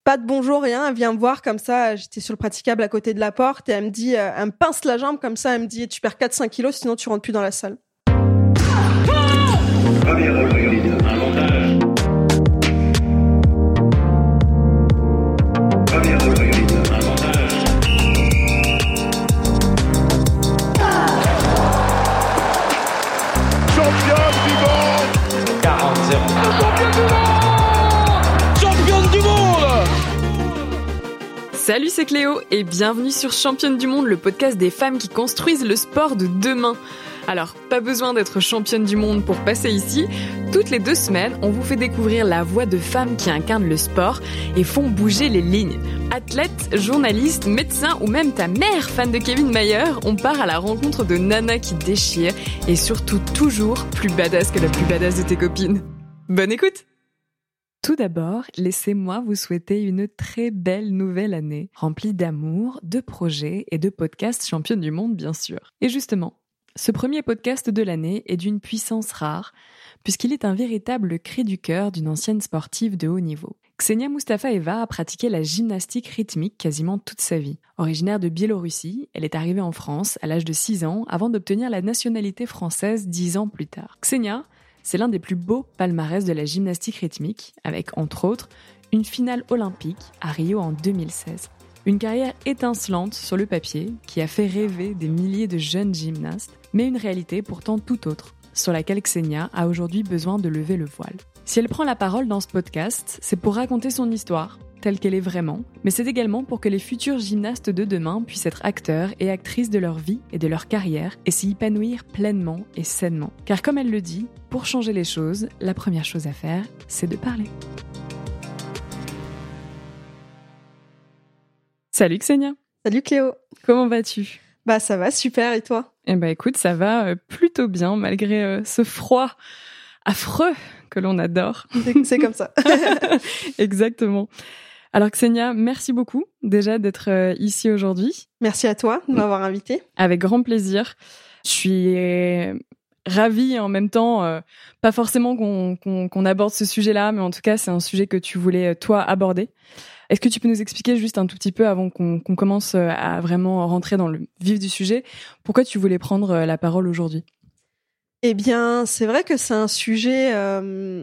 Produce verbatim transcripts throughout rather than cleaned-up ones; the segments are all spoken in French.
pas de bonjour, rien. Elle vient me voir comme ça. J'étais sur le praticable à côté de la porte et elle me dit, euh, elle me pince la jambe comme ça. Elle me dit, tu perds quatre cinq kilos, sinon tu rentres plus dans la salle. Premier rôle, leader. Un montage. Premier rôle, leader. Un montage. Champion du monde. quarante zéro. Champion du monde. Championne du monde. Salut, c'est Cléo et bienvenue sur Championne du monde, le podcast des femmes qui construisent le sport de demain. Alors, pas besoin d'être championne du monde pour passer ici. Toutes les deux semaines, on vous fait découvrir la voix de femmes qui incarnent le sport et font bouger les lignes. Athlètes, journalistes, médecins ou même ta mère, fan de Kevin Mayer, on part à la rencontre de nanas qui déchirent et surtout toujours plus badass que la plus badass de tes copines. Bonne écoute! Tout d'abord, laissez-moi vous souhaiter une très belle nouvelle année, remplie d'amour, de projets et de podcasts championnes du monde, bien sûr. Et justement, ce premier podcast de l'année est d'une puissance rare, puisqu'il est un véritable cri du cœur d'une ancienne sportive de haut niveau. Ksenia Mustafaeva a pratiqué la gymnastique rythmique quasiment toute sa vie. Originaire de Biélorussie, elle est arrivée en France à l'âge de six ans avant d'obtenir la nationalité française dix ans plus tard. Ksenia, c'est l'un des plus beaux palmarès de la gymnastique rythmique, avec entre autres une finale olympique à Rio en deux mille seize. Une carrière étincelante sur le papier qui a fait rêver des milliers de jeunes gymnastes, mais une réalité pourtant tout autre, sur laquelle Ksenia a aujourd'hui besoin de lever le voile. Si elle prend la parole dans ce podcast, c'est pour raconter son histoire, telle qu'elle est vraiment, mais c'est également pour que les futurs gymnastes de demain puissent être acteurs et actrices de leur vie et de leur carrière et s'y épanouir pleinement et sainement. Car comme elle le dit, pour changer les choses, la première chose à faire, c'est de parler. Salut Ksenia. Salut Cléo. Comment vas-tu ? Bah ça va, super, et toi ? Eh ben écoute, ça va euh, plutôt bien malgré euh, ce froid affreux que l'on adore. C'est, c'est comme ça. Exactement. Alors Ksenia, merci beaucoup déjà d'être euh, ici aujourd'hui. Merci à toi de m'avoir invitée. Avec grand plaisir. Je suis euh, ravie et en même temps, euh, pas forcément qu'on, qu'on, qu'on aborde ce sujet-là, mais en tout cas, c'est un sujet que tu voulais, toi, aborder. Est-ce que tu peux nous expliquer juste un tout petit peu, avant qu'on, qu'on commence à vraiment rentrer dans le vif du sujet, pourquoi tu voulais prendre la parole aujourd'hui ? Eh bien, c'est vrai que c'est un sujet euh,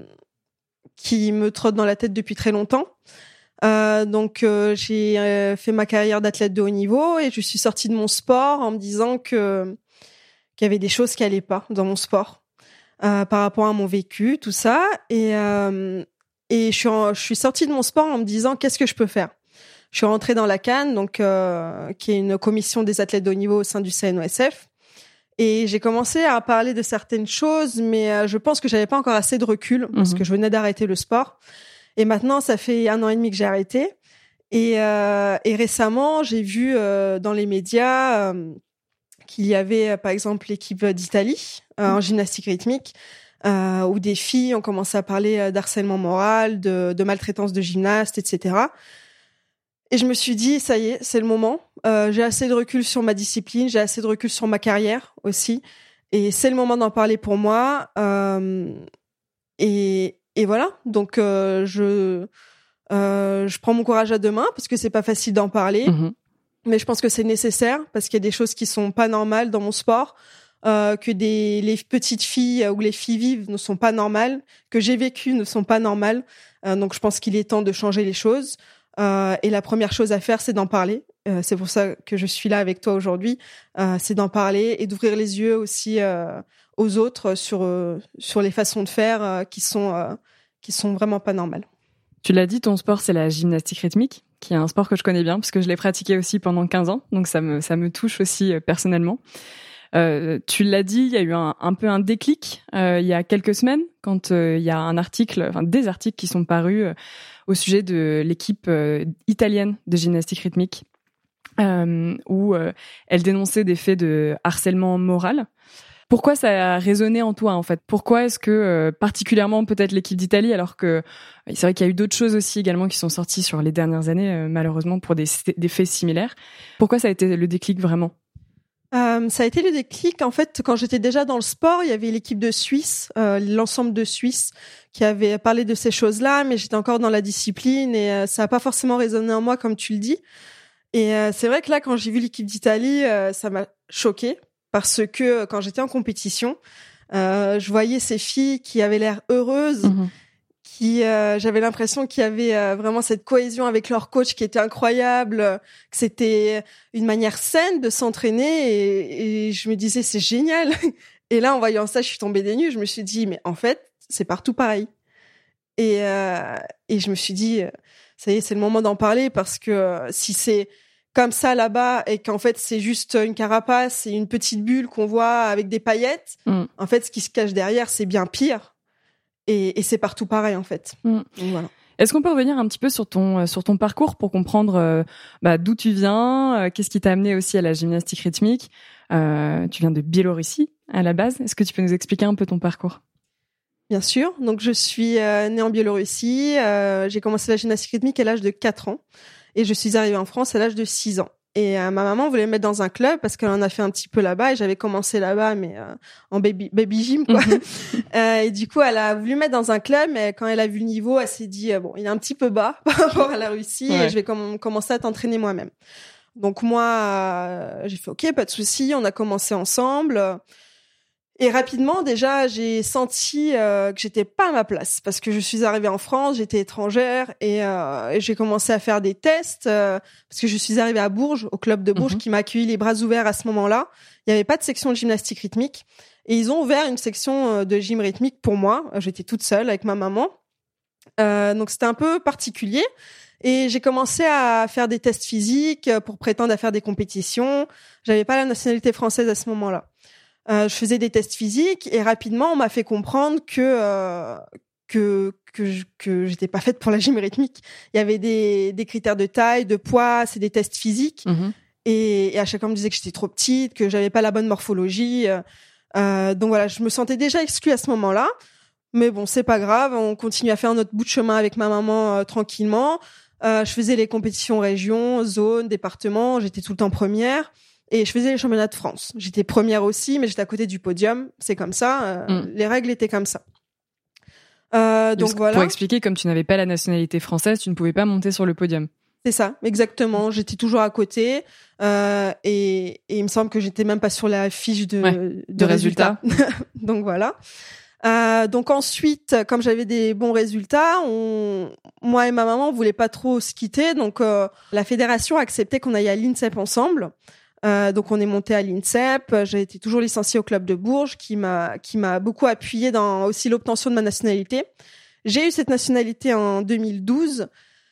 qui me trotte dans la tête depuis très longtemps. Euh, donc, euh, j'ai euh, fait ma carrière d'athlète de haut niveau et je suis sortie de mon sport en me disant que qu'il y avait des choses qui allaient pas dans mon sport euh, par rapport à mon vécu, tout ça. Et euh, Et je suis, en, je suis sortie de mon sport en me disant qu'est-ce que je peux faire. Je suis rentrée dans la C A N, donc euh, qui est une commission des athlètes de haut niveau au sein du C N O S F, et j'ai commencé à parler de certaines choses, mais euh, je pense que j'avais pas encore assez de recul parce mmh. que je venais d'arrêter le sport. Et maintenant, ça fait un an et demi que j'ai arrêté. Et, euh, et récemment, j'ai vu euh, dans les médias euh, qu'il y avait, par exemple, l'équipe d'Italie euh, en gymnastique rythmique. Euh, où des filles ont commencé à parler d'harcèlement moral, de, de maltraitance de gymnastes, et cetera. Et je me suis dit, ça y est, c'est le moment. Euh, j'ai assez de recul sur ma discipline, j'ai assez de recul sur ma carrière aussi. Et c'est le moment d'en parler pour moi. Euh, et, et voilà, donc euh, je, euh, je prends mon courage à deux mains parce que c'est pas facile d'en parler. Mmh. Mais je pense que c'est nécessaire parce qu'il y a des choses qui sont pas normales dans mon sport. Euh, que des, les petites filles ou les filles vives ne sont pas normales, que j'ai vécues ne sont pas normales. Euh, donc, je pense qu'il est temps de changer les choses. Euh, et la première chose à faire, c'est d'en parler. Euh, c'est pour ça que je suis là avec toi aujourd'hui. Euh, c'est d'en parler et d'ouvrir les yeux aussi euh, aux autres sur, euh, sur les façons de faire euh, qui sont, euh, qui sont vraiment pas normales. Tu l'as dit, ton sport, c'est la gymnastique rythmique, qui est un sport que je connais bien parce que je l'ai pratiqué aussi pendant quinze ans. Donc, ça me, ça me touche aussi euh, personnellement. Euh, tu l'as dit, il y a eu un, un peu un déclic euh, il y a quelques semaines quand euh, il y a un article, enfin des articles qui sont parus euh, au sujet de l'équipe euh, italienne de gymnastique rythmique euh, où euh, elle dénonçait des faits de harcèlement moral. Pourquoi ça a résonné en toi en fait ? Pourquoi est-ce que euh, particulièrement peut-être l'équipe d'Italie, alors que c'est vrai qu'il y a eu d'autres choses aussi également qui sont sorties sur les dernières années euh, malheureusement pour des, des faits similaires. Pourquoi ça a été le déclic vraiment ? Euh, ça a été le déclic. En fait, quand j'étais déjà dans le sport, il y avait l'équipe de Suisse, euh, l'ensemble de Suisse, qui avait parlé de ces choses-là, mais j'étais encore dans la discipline et euh, ça n'a pas forcément résonné en moi, comme tu le dis. Et euh, c'est vrai que là, quand j'ai vu l'équipe d'Italie, euh, ça m'a choquée parce que euh, quand j'étais en compétition, euh, je voyais ces filles qui avaient l'air heureuses, mmh. qui, euh, j'avais l'impression qu'il y avait euh, vraiment cette cohésion avec leur coach qui était incroyable, euh, que c'était une manière saine de s'entraîner et, et je me disais c'est génial. Et là, en voyant ça, je suis tombée des nues. Je me suis dit mais en fait, c'est partout pareil. Et euh, et je me suis dit ça y est, c'est le moment d'en parler parce que euh, si c'est comme ça là-bas et qu'en fait c'est juste une carapace et une petite bulle qu'on voit avec des paillettes, mm. en fait ce qui se cache derrière c'est bien pire et, et c'est partout pareil en fait. Mm. Donc, voilà. Est-ce qu'on peut revenir un petit peu sur ton sur ton parcours pour comprendre euh, bah, d'où tu viens, euh, qu'est-ce qui t'a amené aussi à la gymnastique rythmique? euh, Tu viens de Biélorussie à la base. Est-ce que tu peux nous expliquer un peu ton parcours? Bien sûr. Donc je suis euh, née en Biélorussie. Euh, j'ai commencé la gymnastique rythmique à l'âge de quatre ans. Et je suis arrivée en France à l'âge de six ans. Et euh, ma maman voulait me mettre dans un club parce qu'elle en a fait un petit peu là-bas et j'avais commencé là-bas, mais euh, en baby, baby gym, quoi. Mm-hmm. euh, et du coup, elle a voulu me mettre dans un club, mais quand elle a vu le niveau, elle s'est dit, euh, bon, il est un petit peu bas par rapport à la Russie ouais. et je vais com- commencer à t'entraîner moi-même. Donc moi, euh, j'ai fait OK, pas de souci, on a commencé ensemble. Et rapidement, déjà, j'ai senti euh, que j'étais pas à ma place parce que je suis arrivée en France, j'étais étrangère et, euh, et j'ai commencé à faire des tests euh, parce que je suis arrivée à Bourges, au club de Bourges, mmh. qui m'a accueilli les bras ouverts à ce moment-là. Il y avait pas de section de gymnastique rythmique et ils ont ouvert une section de gym rythmique pour moi. J'étais toute seule avec ma maman, euh, donc c'était un peu particulier. Et j'ai commencé à faire des tests physiques pour prétendre à faire des compétitions. J'avais pas la nationalité française à ce moment-là. Euh, je faisais des tests physiques et rapidement on m'a fait comprendre que euh, que que je, que j'étais pas faite pour la gym rythmique. Il y avait des des critères de taille, de poids, c'est des tests physiques mmh. et, et à chaque fois on me disait que j'étais trop petite, que j'avais pas la bonne morphologie. Euh, donc voilà, je me sentais déjà exclue à ce moment-là. Mais bon, c'est pas grave, on continue à faire notre bout de chemin avec ma maman euh, tranquillement. Euh, je faisais les compétitions région, zone, département, j'étais tout le temps première. Et je faisais les championnats de France. J'étais première aussi, mais j'étais à côté du podium. C'est comme ça. Euh, mm. Les règles étaient comme ça. Euh, donc Parce voilà. Pour expliquer, comme tu n'avais pas la nationalité française, tu ne pouvais pas monter sur le podium. C'est ça, exactement. J'étais toujours à côté. Euh, et, et il me semble que j'étais même pas sur la fiche de, ouais, de, de résultats. résultats. Donc voilà. Euh, donc ensuite, comme j'avais des bons résultats, on... moi et ma maman, on voulait pas trop se quitter. Donc euh, la fédération a accepté qu'on aille à l'INSEP ensemble. Euh, donc on est monté à l'INSEP, j'ai été toujours licenciée au club de Bourges qui m'a qui m'a beaucoup appuyée dans aussi l'obtention de ma nationalité. J'ai eu cette nationalité en deux mille douze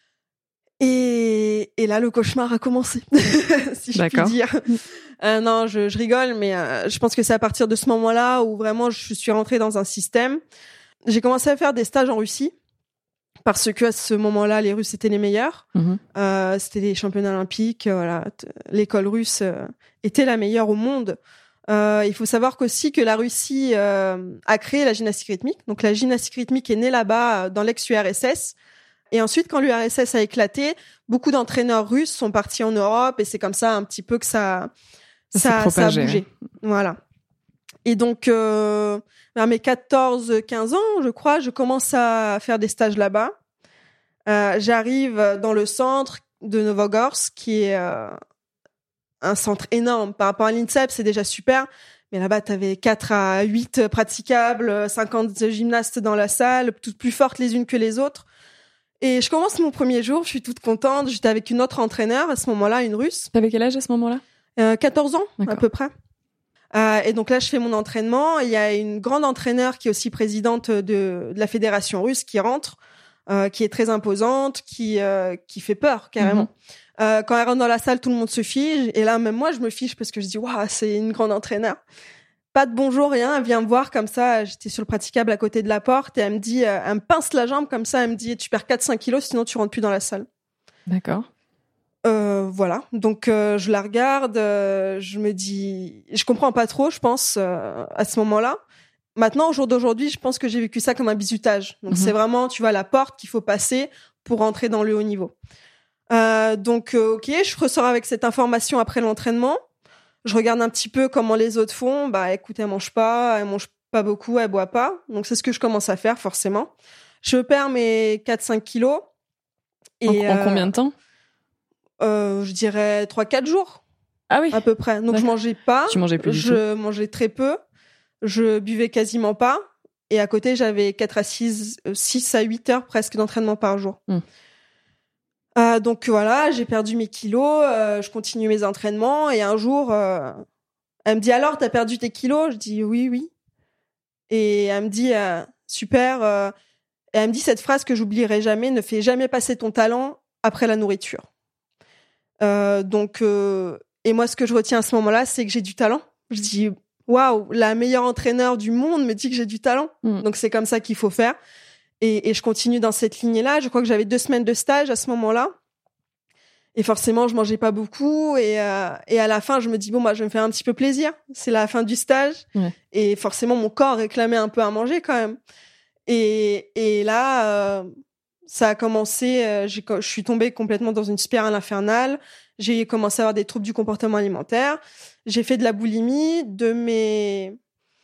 et et là le cauchemar a commencé si je D'accord. puis dire. Euh, non, je je rigole mais euh, je pense que c'est à partir de ce moment-là où vraiment je suis rentrée dans un système. J'ai commencé à faire des stages en Russie. Parce que à ce moment-là, les Russes étaient les meilleurs. Mmh. Euh, c'était les championnats olympiques. Euh, voilà, t- l'école russe euh, était la meilleure au monde. Euh, il faut savoir qu'aussi que la Russie euh, a créé la gymnastique rythmique. Donc la gymnastique rythmique est née là-bas dans l'ex-U R S S. Et ensuite, quand l'U R S S a éclaté, beaucoup d'entraîneurs russes sont partis en Europe et c'est comme ça un petit peu que ça ça, ça, ça a bougé. Voilà. Et donc, euh, vers mes quatorze quinze ans, je crois, je commence à faire des stages là-bas. Euh, j'arrive dans le centre de Novogorsk, qui est euh, un centre énorme. Par rapport à l'INSEP, c'est déjà super. Mais là-bas, t'avais quatre à huit praticables, cinquante gymnastes dans la salle, toutes plus fortes les unes que les autres. Et je commence mon premier jour, je suis toute contente. J'étais avec une autre entraîneur, à ce moment-là, une Russe. T'avais quel âge à ce moment-là ? euh, quatorze ans, D'accord. à peu près. Euh, et donc là, je fais mon entraînement. Il y a une grande entraîneur qui est aussi présidente de, de la fédération russe qui rentre, euh, qui est très imposante, qui euh, qui fait peur carrément. Mm-hmm. Euh, quand elle rentre dans la salle, tout le monde se fige. Et là, même moi, je me fiche parce que je dis waouh, c'est une grande entraîneur. Pas de bonjour, rien. Elle vient me voir comme ça. J'étais sur le praticable à côté de la porte et elle me dit, euh, elle me pince la jambe comme ça. Elle me dit, tu perds quatre cinq kilos, sinon tu rentres plus dans la salle. D'accord. Euh, voilà, donc euh, je la regarde, euh, je me dis, je comprends pas trop, je pense euh, à ce moment-là. Maintenant, au jour d'aujourd'hui, je pense que j'ai vécu ça comme un bizutage. Donc mm-hmm. c'est vraiment, tu vois, la porte qu'il faut passer pour entrer dans le haut niveau. Euh, donc euh, ok, je ressors avec cette information après l'entraînement. Je regarde un petit peu comment les autres font. Bah, écoute, elle mange pas, elle mange pas beaucoup, elle boit pas. Donc, c'est ce que je commence à faire, forcément. Je perds mes quatre à cinq kilos. Et en, en euh, combien de temps euh, Je dirais trois à quatre jours. Ah oui. À peu près. Donc, D'accord. je mangeais pas. Tu mangeais plus du Je tout. mangeais très peu. Je buvais quasiment pas. Et à côté, j'avais quatre à six, six à huit heures presque d'entraînement par jour. Mmh. Euh, donc voilà, j'ai perdu mes kilos, euh, je continue mes entraînements et un jour, euh, elle me dit alors, t'as perdu tes kilos ? Je dis oui, oui. Et elle me dit euh, super. Euh, et elle me dit cette phrase que j'oublierai jamais, ne fais jamais passer ton talent après la nourriture. Euh, donc euh, et moi, ce que je retiens à ce moment-là, c'est que j'ai du talent. Je dis waouh, la meilleure entraîneur du monde me dit que j'ai du talent. Mmh. Donc c'est comme ça qu'il faut faire. Et, et je continue dans cette lignée-là. Je crois que j'avais deux semaines de stage à ce moment-là. Et forcément, je mangeais pas beaucoup. Et, euh, et à la fin, je me dis, bon, bah, je vais me faire un petit peu plaisir. C'est la fin du stage. Ouais. Et forcément, mon corps réclamait un peu à manger quand même. Et, et là, euh, ça a commencé. Euh, j'ai, je suis tombée complètement dans une spirale infernale. J'ai commencé à avoir des troubles du comportement alimentaire. J'ai fait de la boulimie de mes...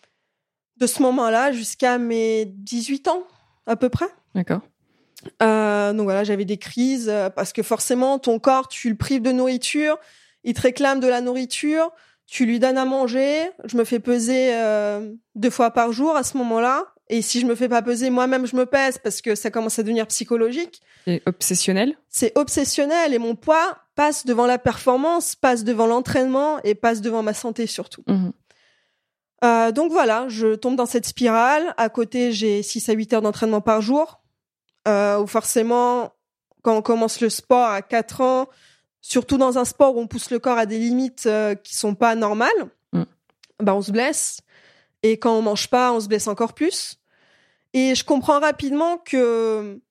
de ce moment-là jusqu'à mes dix-huit ans. À peu près. D'accord. Euh, donc voilà, j'avais des crises euh, parce que forcément, ton corps, tu le prives de nourriture, il te réclame de la nourriture, tu lui donnes à manger. Je me fais peser euh, deux fois par jour à ce moment-là. Et si je me fais pas peser, moi-même, je me pèse parce que ça commence à devenir psychologique. C'est obsessionnel ? C'est obsessionnel et mon poids passe devant la performance, passe devant l'entraînement et passe devant ma santé surtout. Mmh. Euh, donc voilà, je tombe dans cette spirale. À côté, j'ai six à huit heures d'entraînement par jour. Euh, où forcément, quand on commence le sport à quatre ans, surtout dans un sport où on pousse le corps à des limites euh, qui sont pas normales, mm. bah on se blesse. Et quand on mange pas, on se blesse encore plus. Et je comprends rapidement que,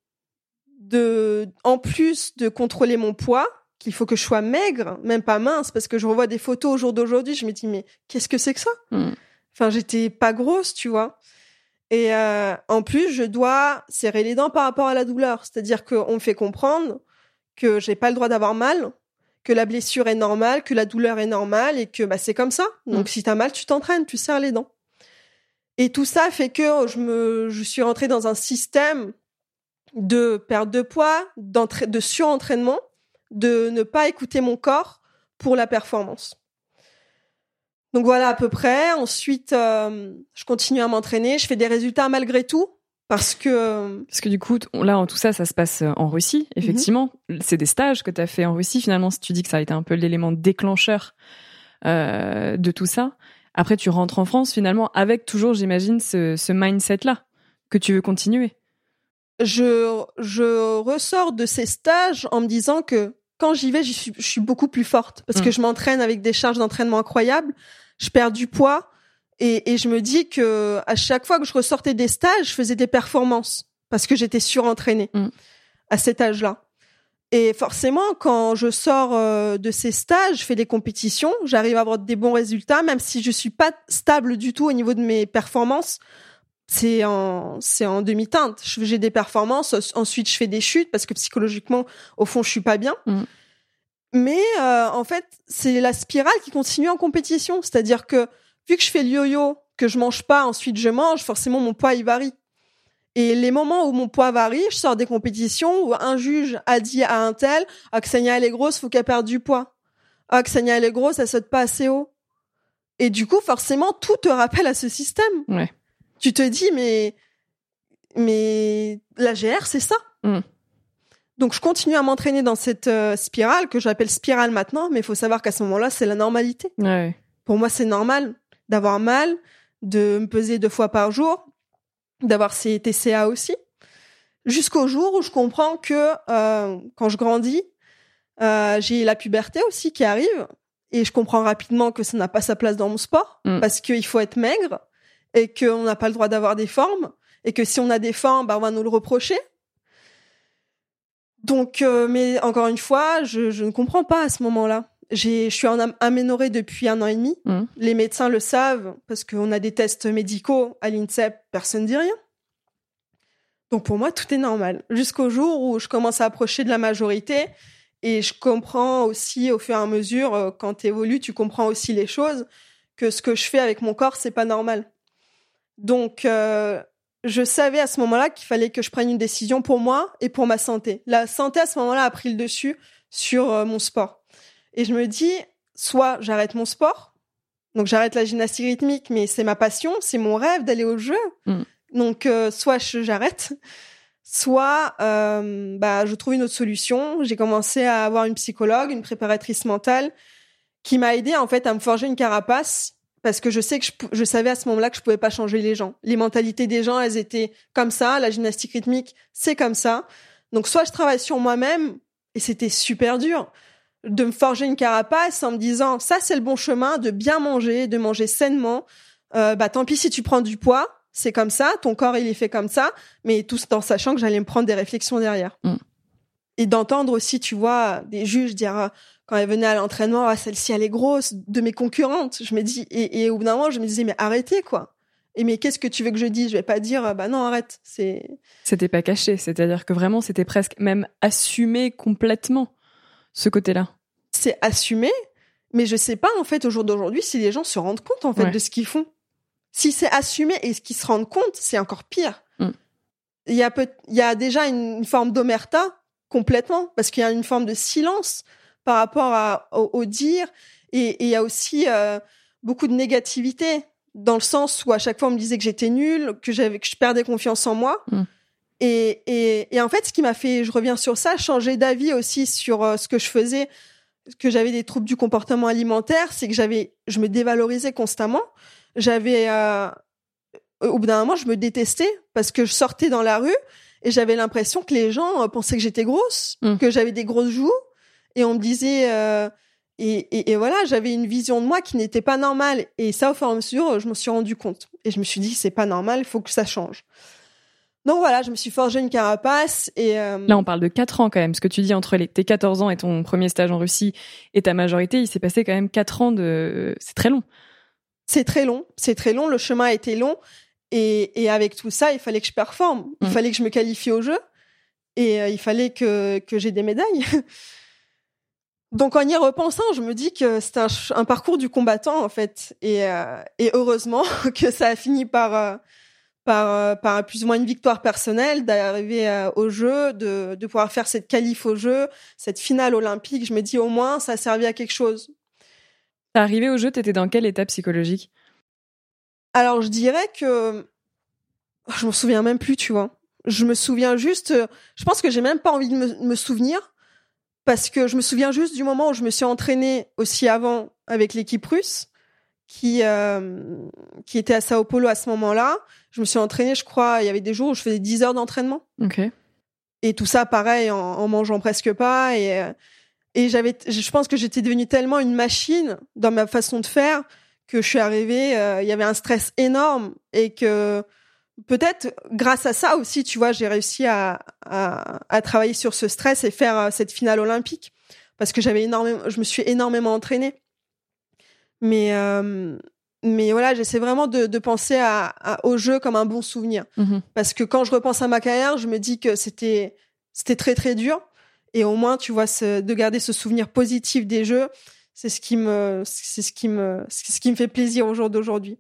de, en plus de contrôler mon poids, qu'il faut que je sois maigre, même pas mince, parce que je revois des photos au jour d'aujourd'hui, je me dis, mais qu'est-ce que c'est que ça ? mm. Enfin, j'étais pas grosse, tu vois. Et euh, en plus, je dois serrer les dents par rapport à la douleur. C'est-à-dire qu'on me fait comprendre que j'ai pas le droit d'avoir mal, que la blessure est normale, que la douleur est normale et que bah, c'est comme ça. Donc, mmh. si t'as mal, tu t'entraînes, tu serres les dents. Et tout ça fait que je, me, je suis rentrée dans un système de perte de poids, de surentraînement, de ne pas écouter mon corps pour la performance. Donc voilà à peu près. Ensuite, euh, je continue à m'entraîner. Je fais des résultats malgré tout parce que... Parce que du coup, là, tout ça, ça se passe en Russie, effectivement. Mm-hmm. C'est des stages que tu as fait en Russie. Finalement, si tu dis que ça a été un peu l'élément déclencheur euh, de tout ça. Après, tu rentres en France, finalement, avec toujours, j'imagine, ce, ce mindset-là que tu veux continuer. Je, je ressors de ces stages en me disant que quand j'y vais, j'y suis, je suis beaucoup plus forte parce mmh. que je m'entraîne avec des charges d'entraînement incroyables. Je perds du poids et, et je me dis que à chaque fois que je ressortais des stages, je faisais des performances parce que j'étais surentraînée mmh. à cet âge-là. Et forcément, quand je sors euh, de ces stages, je fais des compétitions, j'arrive à avoir des bons résultats, même si je suis pas stable du tout au niveau de mes performances. C'est en, c'est en demi-teinte. J'ai des performances, ensuite je fais des chutes parce que psychologiquement, au fond, je suis pas bien. Mmh. Mais euh, en fait, c'est la spirale qui continue en compétition. C'est-à-dire que vu que je fais le yo-yo, que je mange pas, ensuite je mange, forcément mon poids il varie. Et les moments où mon poids varie, je sors des compétitions où un juge a dit à un tel « Ah, Ksenia, elle est grosse, faut qu'elle perde du poids. Ah, Ksenia, elle est grosse, elle saute pas assez haut. » Et du coup, forcément, tout te rappelle à ce système. Ouais. Tu te dis, mais, mais la G R, c'est ça. Mm. Donc, je continue à m'entraîner dans cette euh, spirale que j'appelle spirale maintenant, mais il faut savoir qu'à ce moment-là, c'est la normalité. Ouais. Pour moi, c'est normal d'avoir mal, de me peser deux fois par jour, d'avoir ces T C A aussi, jusqu'au jour où je comprends que euh, quand je grandis, euh, j'ai la puberté aussi qui arrive, et je comprends rapidement que ça n'a pas sa place dans mon sport, mm. parce qu'il faut être maigre, et qu'on n'a pas le droit d'avoir des formes, et que si on a des formes, bah, on va nous le reprocher. Donc, euh, mais encore une fois, je, je ne comprends pas à ce moment-là. J'ai, je suis en aménorrhée depuis un an et demi. Mmh. Les médecins le savent, parce qu'on a des tests médicaux à l'INSEP, personne ne dit rien. Donc pour moi, tout est normal. Jusqu'au jour où je commence à approcher de la majorité, Et je comprends aussi au fur et à mesure, euh, quand t'évolues, tu comprends aussi les choses, que ce que je fais avec mon corps, c'est pas normal. Donc, euh, je savais à ce moment-là qu'il fallait que je prenne une décision pour moi et pour ma santé. La santé, à ce moment-là, a pris le dessus sur euh, mon sport. Et je me dis, soit j'arrête mon sport, donc j'arrête la gymnastique rythmique, mais c'est ma passion, c'est mon rêve d'aller aux Jeux. Mm. Donc, euh, soit je, j'arrête, soit euh, bah, je trouve une autre solution. J'ai commencé à avoir une psychologue, une préparatrice mentale, qui m'a aidée en fait à me forger une carapace, parce que je sais que je, je savais à ce moment-là que je pouvais pas changer les gens. Les mentalités des gens, elles étaient comme ça. La gymnastique rythmique, c'est comme ça. Donc, soit je travaille sur moi-même, et c'était super dur de me forger une carapace en me disant ça c'est le bon chemin, de bien manger, de manger sainement. Euh, bah tant pis si tu prends du poids, c'est comme ça, ton corps il est fait comme ça, mais tout en sachant que j'allais me prendre des réflexions derrière. Mm. Et d'entendre aussi, tu vois, des juges dire euh, quand elles venaient à l'entraînement, ah, celle-ci elle est grosse, de mes concurrentes, je me dis et, et au bout d'un moment je me disais mais arrêtez quoi. Et mais qu'est-ce que tu veux que je dise ? Je vais pas dire bah non arrête. C'est. C'était pas caché, c'est-à-dire que vraiment c'était presque même assumé complètement. Ce côté-là. C'est assumé, mais je sais pas, en fait, au jour d'aujourd'hui, si les gens se rendent compte, en fait, ouais. de ce qu'ils font. Si c'est assumé et qu'ils se rendent compte, c'est encore pire. Mm. Il y a peu, il y a déjà une, une forme d'omerta, complètement, parce qu'il y a une forme de silence par rapport à, au, au dire, et, et il y a aussi euh, beaucoup de négativité, dans le sens où à chaque fois on me disait que j'étais nulle, que j'avais, que je perdais confiance en moi. Mm. Et, et, et en fait, ce qui m'a fait, je reviens sur ça, changer d'avis aussi sur euh, ce que je faisais, que j'avais des troubles du comportement alimentaire, c'est que j'avais, je me dévalorisais constamment. J'avais, euh, au bout d'un moment, je me détestais parce que je sortais dans la rue et j'avais l'impression que les gens euh, pensaient que j'étais grosse, mmh. que j'avais des grosses joues, et on me disait, euh, et, et, et voilà, j'avais une vision de moi qui n'était pas normale. Et ça, au fur et à mesure, je m'en suis rendu compte. Et je me suis dit, c'est pas normal, il faut que ça change. Donc voilà, je me suis forgé une carapace et... Euh... Là, on parle de quatre ans quand même. Ce que tu dis entre les, tes quatorze ans et ton premier stage en Russie et ta majorité, il s'est passé quand même quatre ans de... C'est très long. C'est très long, c'est très long. Le chemin a été long. Et, et avec tout ça, il fallait que je performe. Il mmh. fallait que je me qualifie au jeu. Et euh, il fallait que, que j'ai des médailles. Donc en y repensant, je me dis que c'était un, un parcours du combattant, en fait. Et, euh, et heureusement que ça a fini par... Euh, Par, par plus ou moins une victoire personnelle, d'arriver euh, au jeu, de, de pouvoir faire cette qualif au jeu, cette finale olympique. Je me dis, au moins, ça a servi à quelque chose. T'es arrivé au jeu, t'étais dans quelle étape psychologique ? Alors, je dirais que... Je m'en souviens même plus, tu vois. Je me souviens juste... Je pense que j'ai même pas envie de me, me souvenir, parce que je me souviens juste du moment où je me suis entraînée aussi avant avec l'équipe russe, qui euh, qui était à Sao Paulo à ce moment-là. Je me suis entraînée, je crois, il y avait des jours où je faisais dix heures d'entraînement. Ok. Et tout ça, pareil, en, en mangeant presque pas. Et, et j'avais, je pense que j'étais devenue tellement une machine dans ma façon de faire que je suis arrivée, euh, il y avait un stress énorme et que peut-être grâce à ça aussi, tu vois, j'ai réussi à, à, à travailler sur ce stress et faire cette finale olympique parce que j'avais énormément, je me suis énormément entraînée. Mais, euh, mais voilà, j'essaie vraiment de, de penser à, à, au jeu comme un bon souvenir. Mmh. Parce que quand je repense à ma carrière, je me dis que c'était, c'était très, très dur. Et au moins, tu vois, ce, de garder ce souvenir positif des jeux, c'est ce qui me, c'est ce qui me, c'est ce qui me fait plaisir au jour d'aujourd'hui.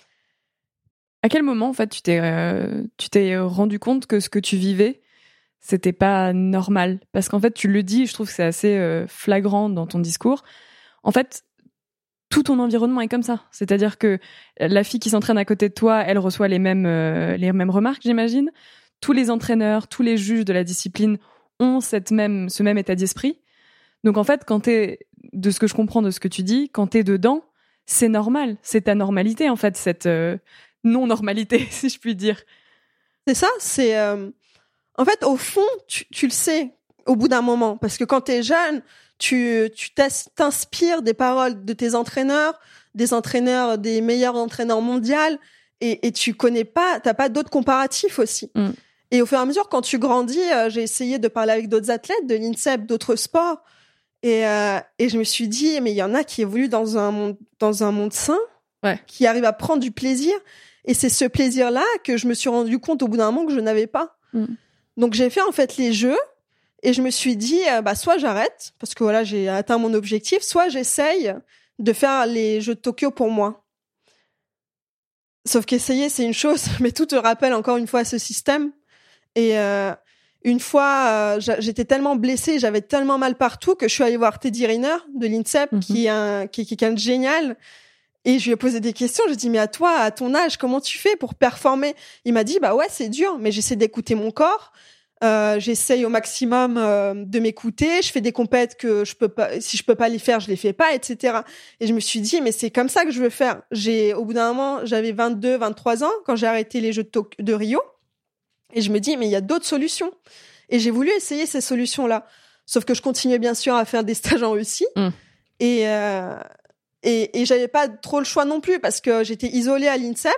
À quel moment, en fait, tu t'es, euh, tu t'es rendu compte que ce que tu vivais, c'était pas normal ? Parce qu'en fait, tu le dis, je trouve que c'est assez euh, flagrant dans ton discours. En fait, tout ton environnement est comme ça. C'est-à-dire que la fille qui s'entraîne à côté de toi, elle reçoit les mêmes, euh, les mêmes remarques, j'imagine. Tous les entraîneurs, tous les juges de la discipline ont cette même, ce même état d'esprit. Donc en fait, quand t'es, de ce que je comprends de ce que tu dis, quand t'es dedans, c'est normal. C'est ta normalité, en fait, cette euh, non-normalité, si je puis dire. C'est ça, c'est... Euh... En fait, au fond, tu, tu le sais au bout d'un moment. Parce que quand t'es jeune... Tu, tu t'inspires des paroles de tes entraîneurs, des entraîneurs, des meilleurs entraîneurs mondiaux, et, et tu connais pas, t'as pas d'autres comparatifs aussi. Mm. Et au fur et à mesure, quand tu grandis, euh, j'ai essayé de parler avec d'autres athlètes, de l'INSEP, d'autres sports, et, euh, et je me suis dit, mais il y en a qui évoluent dans un monde, dans un monde sain, ouais. qui arrivent à prendre du plaisir, et c'est ce plaisir-là que je me suis rendu compte au bout d'un moment que je n'avais pas. Mm. Donc j'ai fait en fait les jeux. Et je me suis dit, euh, bah, soit j'arrête, parce que voilà, j'ai atteint mon objectif, soit j'essaye de faire les Jeux de Tokyo pour moi. Sauf qu'essayer, c'est une chose, mais tout te rappelle encore une fois ce système. Et euh, une fois, euh, j'étais tellement blessée, j'avais tellement mal partout que je suis allée voir Teddy Riner de l'INSEP, mm-hmm. qui est un, qui, qui est quelqu'un de génial. Et je lui ai posé des questions. J'ai dit, mais à toi, à ton âge, comment tu fais pour performer? Il m'a dit, bah ouais, c'est dur, mais j'essaie d'écouter mon corps. Euh, j'essaye au maximum euh, de m'écouter. Je fais des compètes que je peux pas, si je peux pas les faire, je les fais pas, et cetera. Et je me suis dit, mais c'est comme ça que je veux faire. J'ai, au bout d'un moment, j'avais vingt-deux, vingt-trois ans quand j'ai arrêté les Jeux de, Tok- de Rio. Et je me dis, mais il y a d'autres solutions. Et j'ai voulu essayer ces solutions-là. Sauf que je continuais bien sûr à faire des stages en Russie. Mm. Et, euh, et, et j'avais pas trop le choix non plus parce que j'étais isolée à l'INSEP.